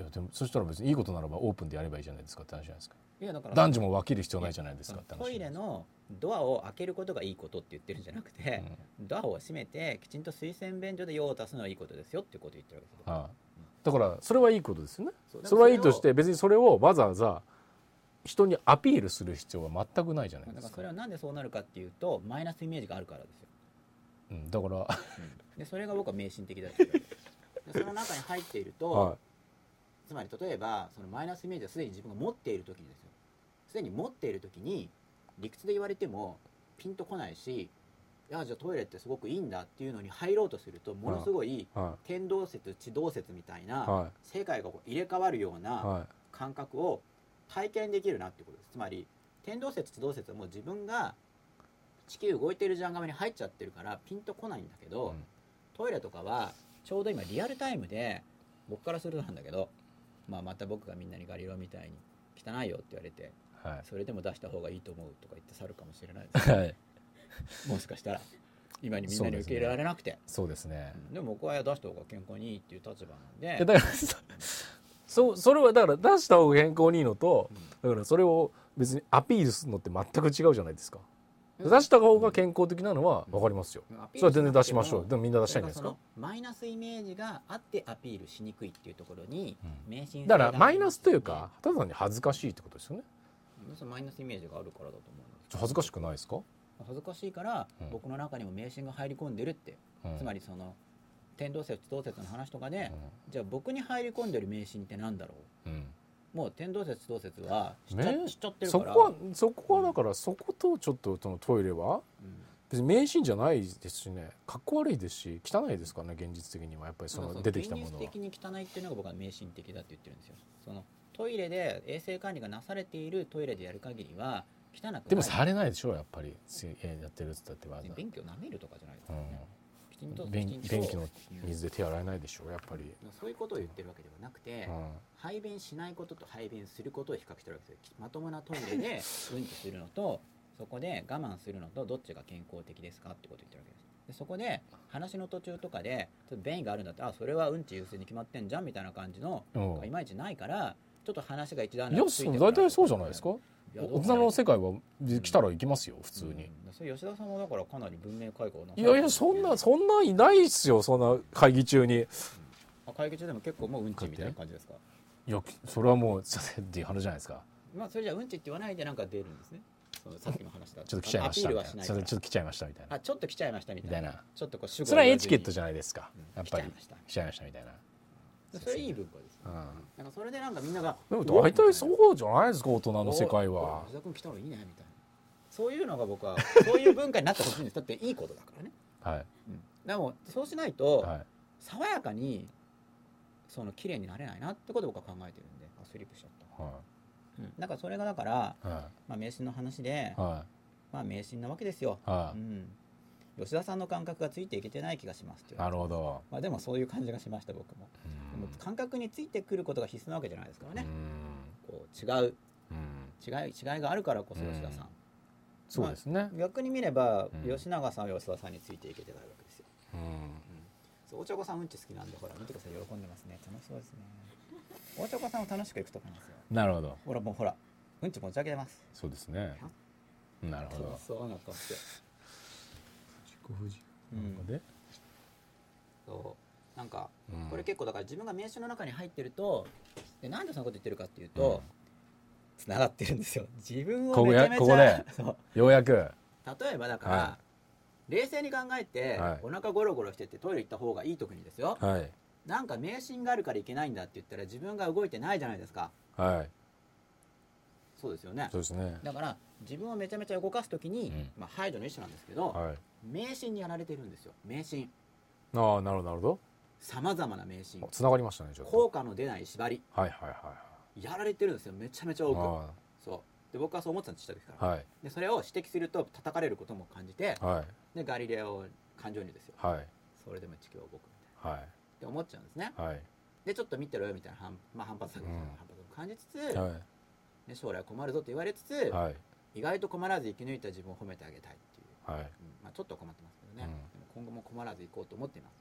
いやでもそしたら別にいいことならばオープンでやればいいじゃないですかって話じゃないですか。 いやだから男女も分ける必要ないじゃないですかって話。 トイレのドアを開けることがいいことって言ってるんじゃなくて、ドアを閉めてきちんと水洗便所で用を足すのはいいことですよっていうことを言ってるわけです。 だからそれはいいことですよね。それはいいとして別にそれをわざわざ人にアピールする必要は全くないじゃないですか。 だからそれはなんでそうなるかっていうとマイナスイメージがあるからですよ。 だから、 でそれが僕は迷信的だって言うわけです。でその中に入っていると、つまり例えばそのマイナスイメージをすでに自分が持っている時にですよ。すでに持っている時に理屈で言われてもピンとこないし、いやじゃあトイレってすごくいいんだっていうのに入ろうとするとものすごい天動説地動説みたいな世界がこう入れ替わるような感覚を体験できるなっていうことです。つまり天動説地動説はもう自分が地球動いている時間側に入っちゃってるからピンとこないんだけど、トイレとかはちょうど今リアルタイムで僕からするとなんだけど、また僕がみんなにガリレオみたいに汚いよって言われて、それでも出した方がいいと思うとか言って去るかもしれないです、もしかしたら今にみんなに受け入れられなくて。 そうですね。 でも僕は出した方が健康にいいっていう立場なんで。 だからそれはだから出した方が健康にいいのと、だからそれを別にアピールするのって全く違うじゃないですか。出した方が健康的なのは分かりますよ。それは全然出しましょう。でもみんな出したいんじゃないですか。 マイナスイメージがあってアピールしにくいっていうところに迷信性だからマイナスというかただに恥ずかしいってことですよね。 マイナスイメージがあるからだと思うんです。 恥ずかしくないですか？ 恥ずかしいから僕の中にも迷信が入り込んでるって、つまりその天動説動説の話とかで、じゃあ僕に入り込んでる迷信ってなんだろう、もう天動説動説は知っちゃってるから、 そこはだからそことちょっとそのトイレは別に迷信じゃないですしね、かっこ悪いですし汚いですからね、現実的にはやっぱりその出てきたものは現実的に汚いっていうのが僕は迷信的だって言ってるんですよ。そのトイレで衛生管理がなされているトイレでやる限りは汚くない。 でもされないでしょやっぱりやってるって言ったって便器を舐めるとかじゃないですかね、 便器の水で手洗えないでしょやっぱり。 そういうことを言ってるわけではなくて、排便しないことと排便することを比較してるわけですよ。まともなトイレでうんちするのとそこで我慢するのとどっちが健康的ですかってことを言ってるわけです。でそこで話の途中とかでちょっと便意があるんだったらそれはうんち優先に決まってんじゃんみたいな感じのいまいちないから、ちょっと話が一段落ついてる。 大体そうじゃないですか。大人の世界は来たら行きますよ普通に。 それ吉田さんもだからかなり文明開化をなさいやいやそんないないっすよそんな会議中に。 会議中でも結構もううんちみたいな感じですか。 いやそれはもうっていう話じゃないですか。 まあそれじゃうんちって言わないでなんか出るんですね。そのさっきの話だとちょっと来ちゃいましたみたいな。ちょっと来ちゃいましたみたいな。 ちょっと来ちゃいましたみたいな。ちょっとこうそれはエチケットじゃないですか。やっぱり来ちゃいましたみたいな。 それいい文化です。なんかそれでなんかみんながでも大体そうじゃないですか大人の世界は。 吉田君来た方がいいねみたいな。そういうのが僕はそういう文化になってほしいんです。だっていいことだからね。 はい。 でもそうしないと爽やかにその綺麗になれないなってことを僕は考えてるんで、スリップしちゃった。だからそれがだからまあ迷信の話でまあ迷信なわけですよ。吉田さんの感覚がついていけてない気がしますっていう。 なるほど。 まあでもそういう感じがしました僕も。でも感覚についてくることが必須なわけじゃないですからね。こう違いがあるからこそ吉田さん。 そうですね。 逆に見れば吉永さんは吉田さんについていけてないわけですよ。お茶子さんうんち好きなんでほら見てください、喜んでますね。楽しそうですね。お茶子さんは楽しく行くと思いますよ。 なるほど。 ほらもうほらうんち持ち上げてます。 そうですね。なるほど。 そうなったんですよ。そうなんかこれ結構だから自分が名刺の中に入ってるとでなんでそんなこと言ってるかっていうとつながってるんですよ。自分をめちゃめちゃここでようやく例えばだから冷静に考えてお腹ゴロゴロしててトイレ行った方がいい時にですよ。なんか迷信があるからいけないんだって言ったら自分が動いてないじゃないですか。そうですよね。 そうですね。 だから自分をめちゃめちゃ動かすときに、まあ排除の一種なんですけど、迷信にやられてるんですよ。迷信。 ああなるほど。 さまざまな迷信。 つながりましたねちょっと。 効果の出ない縛り。やられてるんですよ。めちゃめちゃ多く。そう。で僕はそう思ってたんです下ですから。でそれを指摘すると叩かれることも感じて、でガリレオ感情入ですよ。それでも地球は動くみたいな。って思っちゃうんですね。でちょっと見てろよみたいな反発だけど反発を感じつつ。で将来困るぞと言われつつ、意外と困らず生き抜いた自分を褒めてあげたいっていう、まあ、ちょっと困ってますけどね、でも今後も困らずいこうと思っています、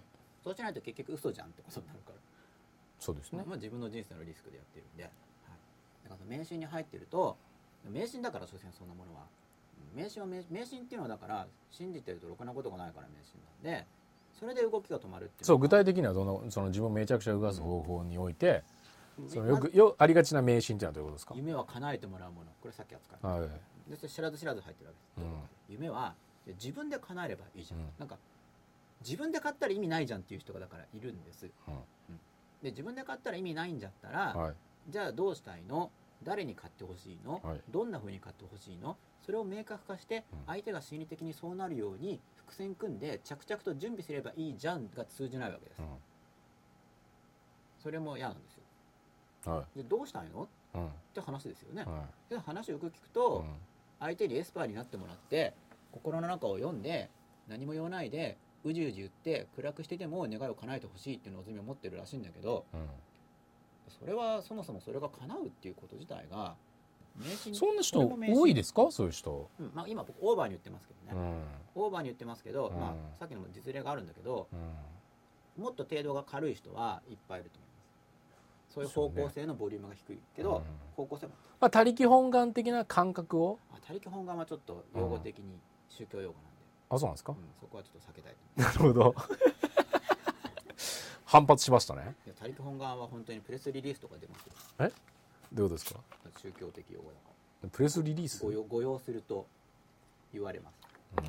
そうしないと結局嘘じゃんってことになるから。 そうですね、 まあ、自分の人生のリスクでやってるんで、だから迷信に入ってると迷信だから所詮そんなものは迷信っていうのはだから信じてるとろくなことがないから迷信なんでそれで動きが止まるっていう。 そう具体的にはその自分をめちゃくちゃ動かす方法において、そのありがちな迷信っていうのはどういうことですか？ 夢は叶えてもらうもの、これさっき扱った、でそれ知らず知らず入ってるわけです、夢は自分で叶えればいいじゃん、なんか自分で買ったら意味ないじゃんっていう人がだからいるんです、で自分で買ったら意味ないんじゃったら、じゃあどうしたいの、誰に買ってほしいの、どんな風に買ってほしいの、それを明確化して相手が心理的にそうなるように伏線組んで着々と準備すればいいじゃんが通じないわけです、それも嫌なんですよ。でどうしたいの、って話ですよね、で話をよく聞くと、相手にエスパーになってもらって心の中を読んで何も言わないでうじうじ言って暗くしてても願いを叶えてほしいっていう望みを持ってるらしいんだけど、それはそもそもそれが叶うっていうこと自体が迷信そんな人これも迷信多いですか、そういう人。 まあ、今僕オーバーに言ってますけどね、 うんオーバーに言ってますけど、 うんまあ、さっきのも実例があるんだけど、 うんもっと程度が軽い人はいっぱいいると思います。そういう方向性のボリュームが低いけど、方向性もまあ他力本願的な感覚を。 他力本願はちょっと用語的に宗教用語なんで、 あ、そうなんですか。 そこはちょっと避けたいとなるほど。反発しましたね。 いや他力本願は本当にプレスリリースとか出ますよ。 どういうことですか。 宗教的用語だかプレスリリース。 ら誤用すると言われます。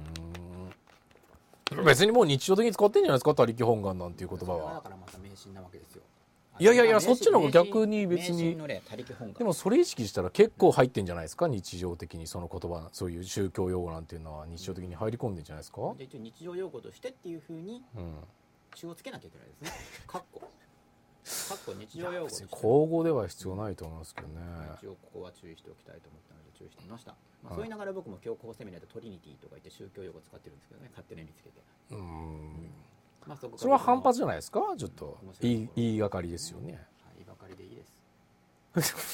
別にもう日常的に使ってんじゃないですか、他力本願なんていう言葉それだは。 からまた迷信なわけですよ。 いやいやいや、そっちの方が逆に別に。でもそれ意識したら結構入ってんじゃないですか、日常的にその言葉、そういう宗教用語なんていうのは日常的に入り込んでんじゃないですか。 一応日常用語としてっていうふうに中をつけなきゃいけないですね。かっこ日常用語として口語では必要ないと思いますけどね。 一応ここは注意しておきたいと思ったので注意してみました。まあ、そう言いながら僕も教皇セミナーでトリニティとか言って宗教用語使ってるんですけどね、勝手に見つけて。まあ、 それは反発じゃないですか。ちょっと言いがかりですよね。 言いがかりでいいです。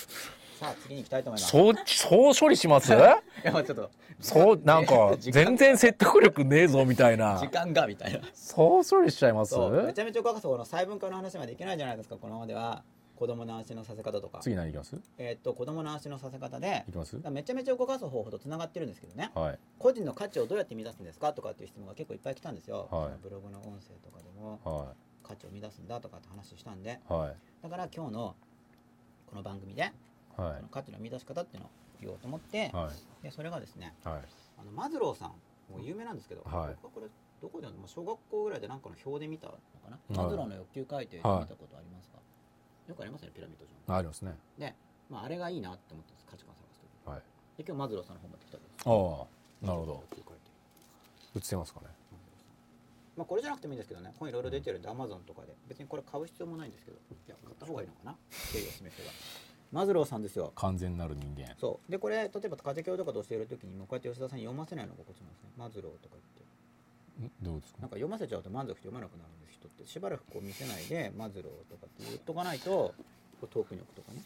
さあ次に行きたいと思います。 そう処理します。いやちょっとそうなんか全然説得力ねえぞみたいな。 時間がみたいな。 そう処理しちゃいます。 めちゃめちゃ若さの細分化の話までいけないじゃないですか。このままでは子供の安心のさせ方とか。 次何いきます。 子供の安心のさせ方でいきます。 めちゃめちゃ動かす方法とつながってるんですけどね、 はい、 個人の価値をどうやって満たすんですかとかっていう質問が結構いっぱい来たんですよ、 はい、 ブログの音声とかでも、 はい、 価値を満たすんだとかって話したんで、 はい、 だから今日のこの番組で、はい、この価値の満たし方っていうのを言おうと思って、はい、でそれがですね、はい、マズローさんもう有名なんですけど、はい、僕はこれどこで小学校ぐらいでなんかの表で見たのかな、マズローの欲求改定で見たことありますか。よくありますね、ピラミッド上。 ありますね。 で、まあ、あれがいいなって思ったんです、価値観探すとき。はい。で、今日マズローさんの本持ってきたわけです。 ああ、なるほど。映ってますかね。 まあ、これじゃなくてもいいんですけどね、本いろいろ出てるんで、アマゾンとかで。別にこれ買う必要もないんですけど、いや、買った方がいいのかな、経緯を示せば。マズローさんですよ。 完全なる人間。 そう。で、これ、例えば家庭教とかで教えるときに、もうこうやって吉田さんに読ませないのが心地なんですね。マズローとか言って。 どうですか。 なんか読ませちゃうと満足して読まなくなるんです人って。しばらくこう見せないでマズローとかって言っとかないと遠くに置くとかね、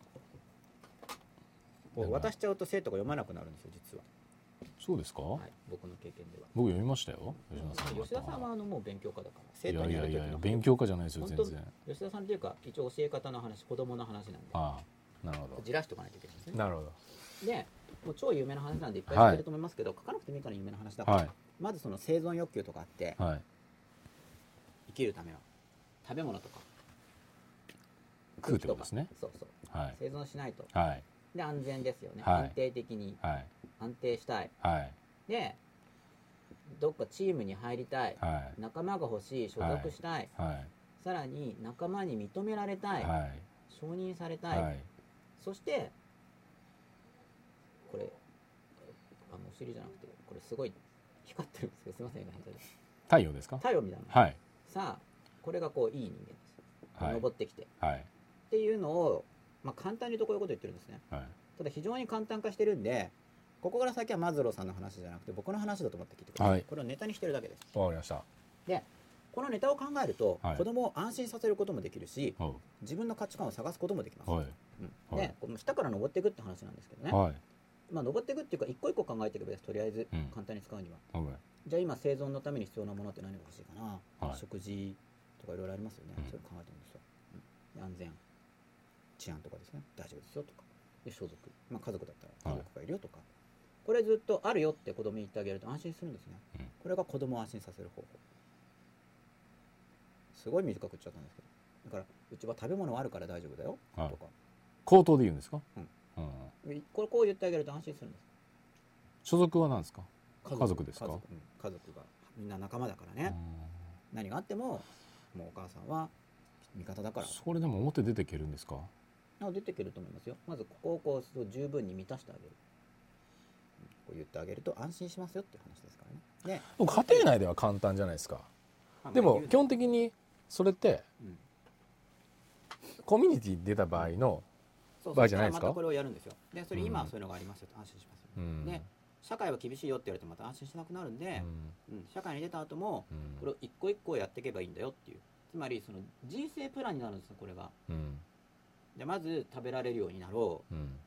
こう渡しちゃうと生徒が読まなくなるんですよ実は。 そうですか、はい、 僕の経験では。 僕読みましたよ、 吉田さんはもう勉強家だから生徒にやる時の勉強家じゃないですよ全然。 吉田さんっていうか一応教え方の話、子供の話なんで、 ああ、なるほど、 じらしておかないといけないんですね。 なるほど。 でもう超有名な話なんでいっぱい知ってると思いますけど、書かなくてもいいから有名な話だから、はい、まずその生存欲求とかあって、はい、生きるためは食べ物とか食うってことですね。 そうそう、はい、生存しないと、はい、で安全ですよね、はい、安定的に、はい、安定したい、はい、でどっかチームに入りたい、はい、仲間が欲しい、所属したい、はい、さらに仲間に認められたい、はい、承認されたい、はい、そしてこれお尻じゃなくてこれすごい光ってるんですけど、すいません、 太陽ですか。 太陽みたいな、 はい、 さあこれがこういい人間です、はい、登ってきて、はい、っていうのを、まあ、簡単に言うとこういうこと言ってるんですね、はい、ただ非常に簡単化してるんで、ここから先はマズローさんの話じゃなくて僕の話だと思って聞いてください、はい、これをネタにしてるだけです。 わかりました。 でこのネタを考えると、はい、子供を安心させることもできるし、はい、自分の価値観を探すこともできます、はい、でこの下から登っていくって話なんですけどね、はい、まあ、登っていくっていうか一個一個考えていけばいいです。とりあえず簡単に使うには、じゃあ今生存のために必要なものって何が欲しいかな、食事とかいろいろありますよね、それ考えてるんですよ、安全治安とかですね、大丈夫ですよとかで所属、まあ、家族だったら家族がいるよとか、これずっとあるよって子供に言ってあげると安心するんですね、これが子供を安心させる方法。すごい短く言っちゃったんですけど、だからうちは食べ物あるから大丈夫だよとか、 口頭で言うんですか。 これこう言ってあげると安心するんです。 所属は何ですか。家族ですか。 家族がみんな仲間だからね、何があってももうお母さんは味方だから。 それでも表出てけるんですか。 出てけると思いますよ。まずここをこう十分に満たしてあげる、こう言ってあげると安心しますよっていう話ですからね。 で家庭内では簡単じゃないですか。でも基本的にそれって、コミュニティに出た場合の場合じゃないですか。 またこれをやるんですよ。でそれ今はそういうのがありますよと安心しますよ、で社会は厳しいよって言われてまた安心しなくなるんで、社会に出た後もこれを一個一個やっていけばいいんだよっていう、つまりその人生プランになるんですよこれが、でまず食べられるようになろう、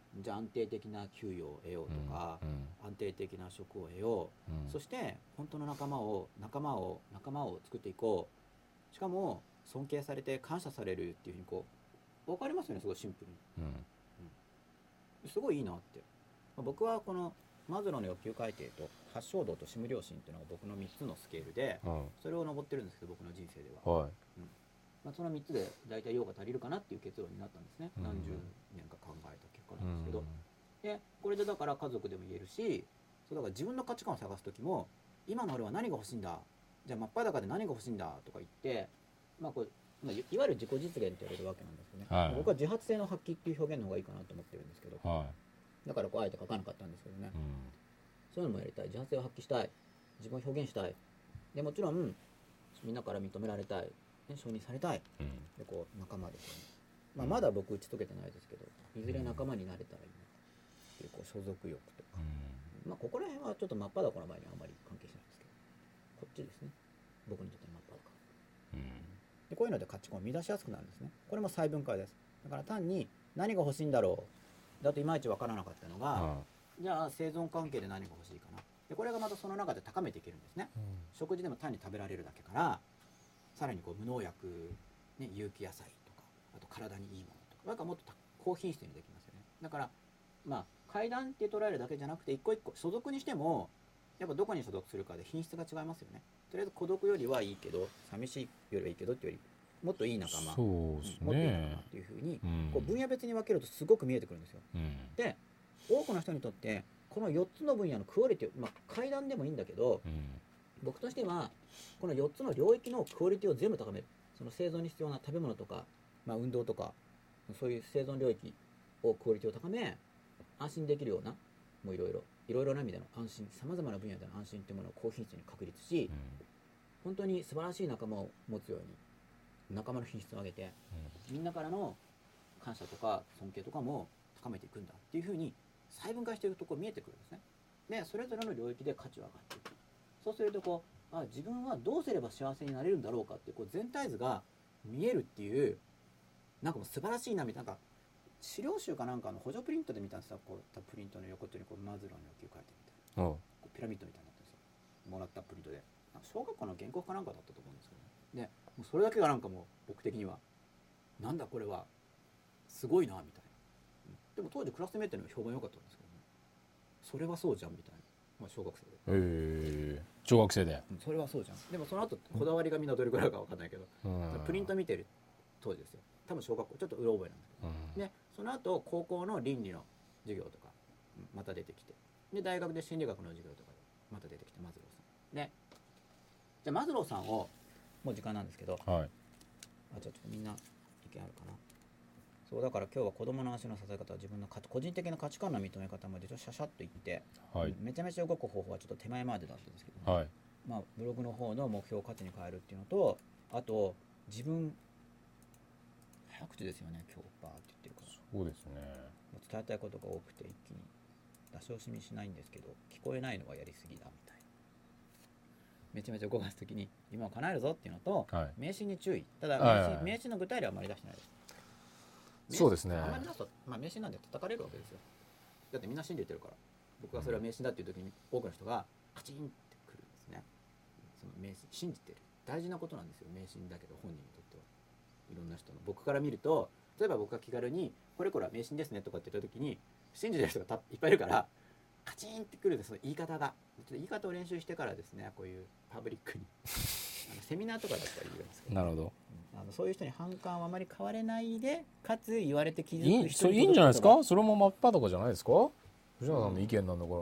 じゃあ安定的な給与を得ようとか、安定的な職を得よう、そして本当の仲間を作っていこう、しかも尊敬されて感謝されるっていうふうにこう分かりますよね、すごいシンプルに、すごいいいなって。僕はこのマズローの欲求改定と八正道とシム良心っていうのが僕の3つのスケールで、それを登ってるんですけど、僕の人生では、その3つで大体用が足りるかなっていう結論になったんですね、何十年か考えた結果なんですけど、でこれでだから家族でも言えるし、そうだから自分の価値観を探す時も、今の俺は何が欲しいんだ、じゃあ真っ裸で何が欲しいんだとか言って、これいわゆる自己実現って言われるわけなんですよね、僕は自発性の発揮っていう表現の方がいいかなと思ってるんですけど、だからあえて書かなかったんですけどね、そういうのもやりたい、自発性を発揮したい、自分を表現したい、でもちろんみんなから認められたい、承認されたい、でこう仲間ですよね、まだ僕打ち解けてないですけど、いずれ仲間になれたらいいなっていう、こう所属欲とか、ここら辺はちょっと真っ裸の前にあんまり関係しないんですけど、こっちですね、僕にとって真っ裸、でこういうので価値観を乱しやすくなるんですね。これも細分化です。だから単に何が欲しいんだろうだといまいち分からなかったのが、じゃあ生存関係で何が欲しいかな、でこれがまたその中で高めていけるんですね、食事でも単に食べられるだけから、さらにこう無農薬、有機野菜とか、あと体にいいものとか、なんかもっと高品質にできますよね。だから階段って捉えるだけじゃなくて、一個一個所属にしてもやっぱどこに所属するかで品質が違いますよね。とりあえず孤独よりはいいけど、寂しいよりはいいけどっていうよりもっといい仲間、 そうですね、 もっといい仲間っていうふうに、こう分野別に分けるとすごく見えてくるんですよ、で多くの人にとってこの4つの分野のクオリティを、階段でもいいんだけど、僕としてはこの4つの領域のクオリティを全部高める、その生存に必要な食べ物とか、運動とか、そういう生存領域をクオリティを高め、安心できるような、もういろいろな意味での安心、さまざまな分野での安心というものを高品質に確立し、本当に素晴らしい仲間を持つように仲間の品質を上げて、みんなからの感謝とか尊敬とかも高めていくんだっていうふうに細分化していくところ見えてくるんですね。でそれぞれの領域で価値は上がっていく。そうすると自分はどうすれば幸せになれるんだろうかっていう、全体図が見えるっていう、なんかもう素晴らしいなみたいな、資料集かなんかの補助プリントで見たんですよ。こうプリントの横手にマズローの欲求書いてみたいな、ピラミッドみたいになってるんですよ、もらったプリントで。小学校の原稿かなんかだったと思うんですけどね。でもうそれだけがなんかもう僕的にはなんだこれはすごいなみたいな、でも当時クラスメートにも評判良かったんですけどね、それはそうじゃんみたいな、小学生で、 小学生で、 それはそうじゃん。でもその後こだわりがみんなどれくらいか分かんないけど、プリント見てる当時ですよ、多分小学校ちょっとうろ覚えなんですけど、でその後高校の倫理の授業とかまた出てきて、で大学で心理学の授業とかでまた出てきて、マズローさんで、じゃあマズローさんを、もう時間なんですけど、じゃあちょっとみんな意見あるかな。そうだから今日は子供の足の支え方は自分の個人的な価値観の認め方までちょっとシャシャッと言って、めちゃめちゃ動く方法はちょっと手前までだったんですけど、ブログの方の目標を価値に変えるっていうのと、あと自分早口ですよね、今日バーって言ってるから。 そうですね、 伝えたいことが多くて一気に出し惜しみしないんですけど、聞こえないのがやりすぎだみたいな、めちゃめちゃ動かすときに夢を叶えるぞっていうのと、名詞に注意。ただ名詞の具体例はあまり出してないです。 そうですね、 あまり出すと、名詞なんで叩かれるわけですよ。だってみんな信じてるから。僕がそれは名詞だっていう時に多くの人がカチンってくるんですね。その名詞信じてる、大事なことなんですよ、名詞だけど本人にとっては。いろんな人の、僕から見ると、例えば僕が気軽にこれこれは迷信ですねとかって言った時に信じてる人がいっぱいいるから、カチンってくるんです、その言い方が。ちょっと言い方を練習してからですね、こういうパブリックにセミナーとかだったら言うんですけど、 なるほど、 そういう人に反感はあまり変われないで、かつ言われて気づく人いいんじゃないですか。それも真っ裸じゃないですか、藤永さんの意見なんだから、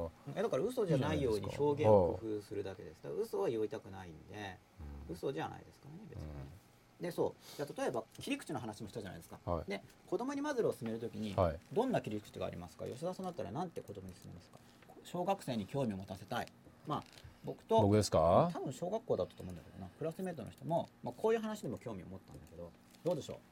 だから嘘じゃないように表現を工夫するだけです。だから嘘は言いたくないんで、嘘じゃないですかね、別に。でじゃあ例えば切り口の話もしたじゃないですか、で子供にマズローを進めるときに、どんな切り口がありますか。吉田さんだったらなんて子供に進めますか。小学生に興味を持たせたい。僕ですか。 多分小学校だったと思うんだけどな、クラスメートの人も、こういう話でも興味を持ったんだけど、どうでしょう。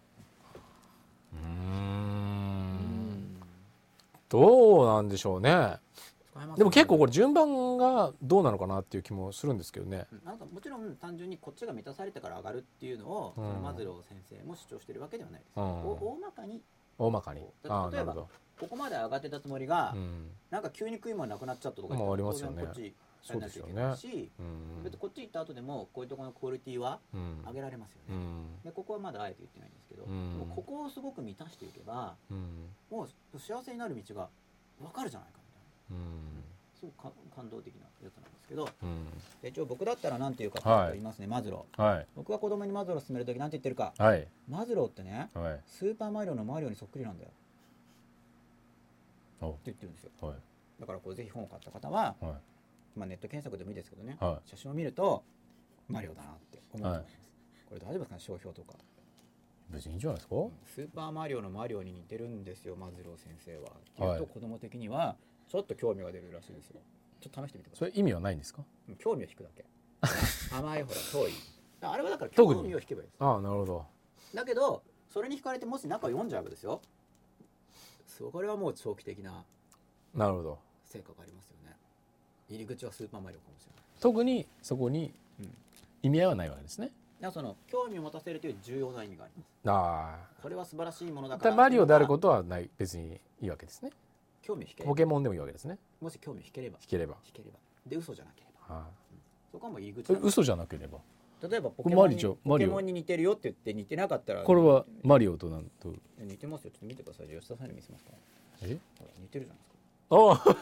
どうなんでしょうね。でも結構これ順番がどうなのかなっていう気もするんですけどね。 なんかもちろん単純にこっちが満たされてから上がるっていうのを、そのマズロー先生も主張してるわけではないです。大まかに大まかに。ああ、 例えばなるほど。 ここまで上がってたつもりが、 うん、 なんか急に食い物なくなっちゃったとかまあありますよね。 当然こっちやんなきゃいけないし、別にこっち行った後でもこういうところのクオリティは上げられますよね、でここはまだあえて言ってないんですけど、でもここをすごく満たしていけば、もう幸せになる道が分かるじゃないかみたいな、すごく感動的なやつなんですけど、一応僕だったら何て言うかと言いますね、マズロー、僕が子供にマズローを勧めるとき何て言ってるか、マズローってね、スーパーマリオのマリオにそっくりなんだよって言ってるんですよ、だからこれぜひ本を買った方は、まあネット検索でもいいですけどね、写真を見るとマリオだなって思うと思います、これ大丈夫ですかね、商標とか。 別にいいんじゃないですか。 スーパーマリオのマリオに似てるんですよマズロー先生はっていうと、子供的にはちょっと興味が出るらしいですよ。ちょっと試してみてください。 それ意味はないんですか。 興味を引くだけ甘いほら遠いあれはだから興味を引けばいいです。 ああ、なるほど。 だけどそれに惹かれてもし中を読んじゃうですよ、これはもう長期的ななるほど成果がありますよね。入り口はスーパーマリオかもしれない。 特にそこに意味合いはないわけですね。 その興味を持たせるという重要な意味があります。 ああ、 これは素晴らしいものだから。 マリオであることはない、別にいいわけですね。 興味を引ければ、 ポケモンでもいいわけですね。 もし興味を引ければで嘘じゃなければ、そこはもう入り口。 嘘じゃなければ、 例えばポケモンに似てるよって言って似てなかったら、 これはマリオとなんと似てますよ。ちょっと見てください。吉田さんに見せますか。似てるじゃないですか。 ああ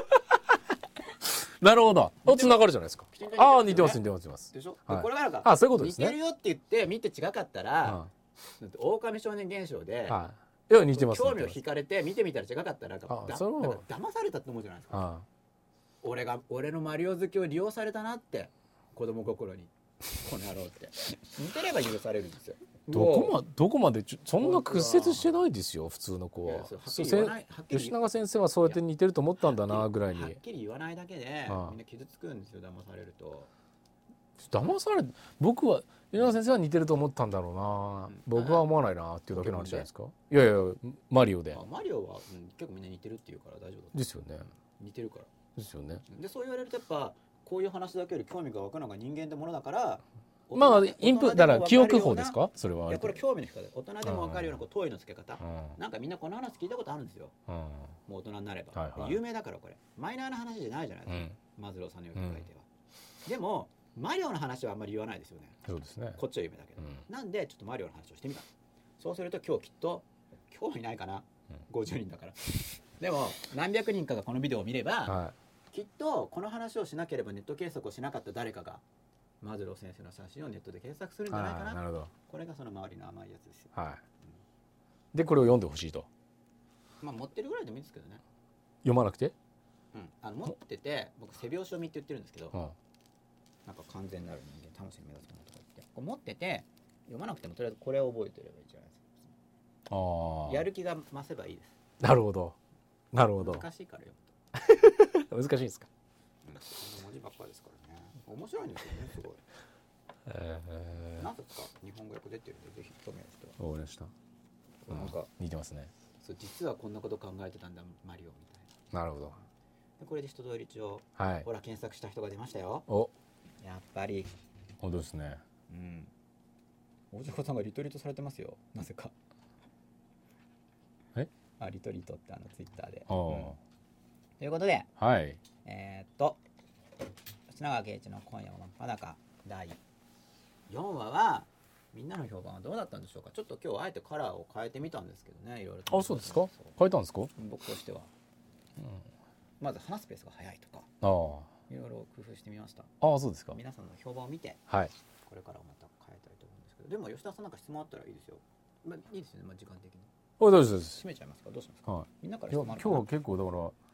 なるほど。つながるじゃないですか。ああ、似てますでしょ。これがなんかそういうことですね。 似てるよって言って見て違かったら、狼少年現象で似てます。 興味を惹かれて見てみたら違かったら騙されたって思うじゃないですか。俺のマリオ好きを利用されたなって子供心にこの野郎って似てれば許されるんですよ。 どこまでそんな屈折してないですよ普通の子は。吉永先生はそうやって似てると思ったんだなぐらいに。 はっきり言わないだけでみんな傷つくんですよ、騙されると。 騙され僕は吉永先生は似てると思ったんだろうな、僕は思わないなっていうだけの話じゃないですか。いやいやマリオで。 マリオは結構みんな似てるっていうから大丈夫ですよね。 似てるからですよね。 でそう言われるとやっぱこういう話だけより興味が湧くのが人間ってものだから、 まあインプだから記憶法ですかそれは。 いやこれ興味の引き方、大人でも分かるような遠いのつけ方、なんかみんなこの話聞いたことあるんですよ、もう大人になれば、有名だから。これマイナーな話じゃないじゃないですか、マズローさんのよく書いては。でもマリオの話はあんまり言わないですよね。 そうですね。 こっちは有名だけど、なんでちょっとマリオの話をしてみた。そうすると今日きっと興味ないかな、50人だからでも何百人かがこのビデオを見れば、きっとこの話をしなければネット検索をしなかった誰かがマズロー先生の写真をネットで検索するんじゃないかな。 なるほど。 これがその周りの甘いやつですよ。 でこれを読んでほしいと。 まあ持ってるぐらいでもいいですけどね。 読まなくて？ 持ってて僕背拍子読みって言ってるんですけど、なんか完全なる人間魂に目指すものとか言って持ってて読まなくてもとりあえずこれを覚えてればいいじゃないですか。やる気が増せばいいです。 なるほどなるほど。 難しいから読むと難しいですか。 文字ばっかりですからね。面白いんですよね、すごい。何冊か日本語訳出てるんでぜひ興味ある人は。 わかりました。なんか似てますね。 そう実はこんなこと考えてたんだマリオみたいな。 なるほど。 でこれで人通り一応、ほら検索した人が出ましたよ。やっぱり本当ですね。 大迫さんがリトリートされてますよ、なぜか。リトリートってツイッターで。ということで、吉永圭一の今夜も真っ裸第4話はみんなの評判はどうだったんでしょうか。ちょっと今日あえてカラーを変えてみたんですけどね、いろいろと。 そうですか。変えたんですか。 僕としては、まず話すペースが早いとか、いろいろ工夫してみました。 そうですか。 皆さんの評判を見て、これからまた変えたいと思うんですけど、でも吉田さんなんか質問あったらいいですよ。いいですよね、時間的に。 どうです。 閉めちゃいますか。どうしますか。みんなから質問ある。今日は結構だ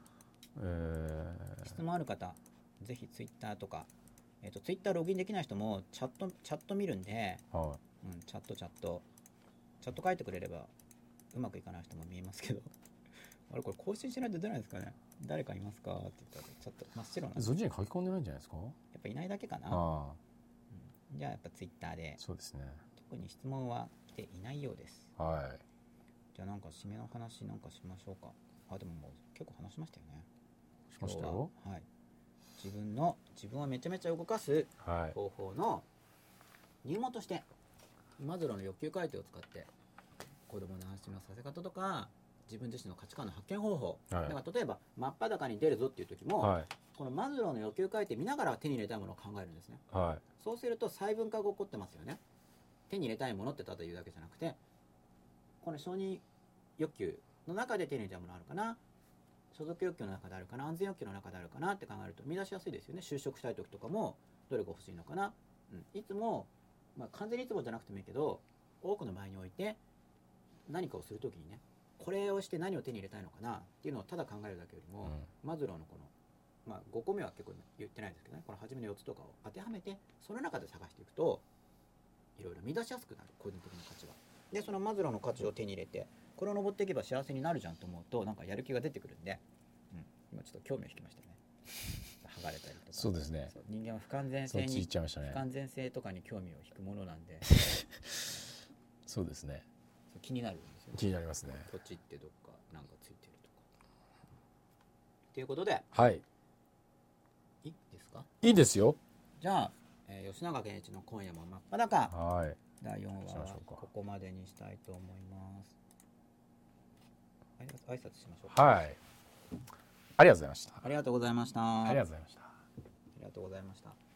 から質問ある方ぜひツイッターとか、ツイッターログインできない人もチャット見るんで、チャット書いてくれればうまくいかない人も見えますけどあれこれ更新しないと出ないですかね。誰かいますかって言ったらちょっと真っ白な。 そっちに書き込んでないんじゃないですか。やっぱいないだけかな。じゃあやっぱツイッターで。 そうですね。 特に質問は来ていないようです。じゃあなんか締めの話なんかしましょうか。でももう結構話しましたよね。 しましたよ。 自分をめちゃめちゃ動かす方法の入門としてマズローの欲求回転を使って子供の話のさせ方とか自分自身の価値観の発見方法、 はい、 だから例えば真っ裸に出るぞっていう時も、 はい、 このマズローの欲求回転見ながら手に入れたいものを考えるんですね、 はい、 そうすると細分化が起こってますよね。手に入れたいものってただ言うだけじゃなくて、この承認欲求の中で手に入れたいものあるかな、所属欲求の中であるかな、安全欲求の中であるかなって考えると見出しやすいですよね。就職したい時とかもどれが欲しいのかな、いつも、完全にいつもじゃなくてもいいけど多くの場合において何かをする時にね、これをして何を手に入れたいのかなっていうのをただ考えるだけよりも、マズローのこの、5個目は結構言ってないですけどね、この初めの4つとかを当てはめてその中で探していくといろいろ見出しやすくなる、個人的な価値が。でそのマズローの価値を手に入れてこれを登っていけば幸せになるじゃんと思うとなんかやる気が出てくるんで、今ちょっと興味を引きましたね。剥がれたりとか。 そうですね。 人間は不完全性に、不完全性とかに興味を引くものなんでそうですね。 気になるんですよね。 気になりますね。 土地ってどっかなんかついてるとか。ということで、 はい。 いいですか？ いいですよ。 じゃあ、吉永健一の今夜も真っ裸。 はい。 第4話はここまでにしたいと思います。挨拶しましょうか。 はい。ありがとうございました。 ありがとうございました。 ありがとうございました。 ありがとうございました。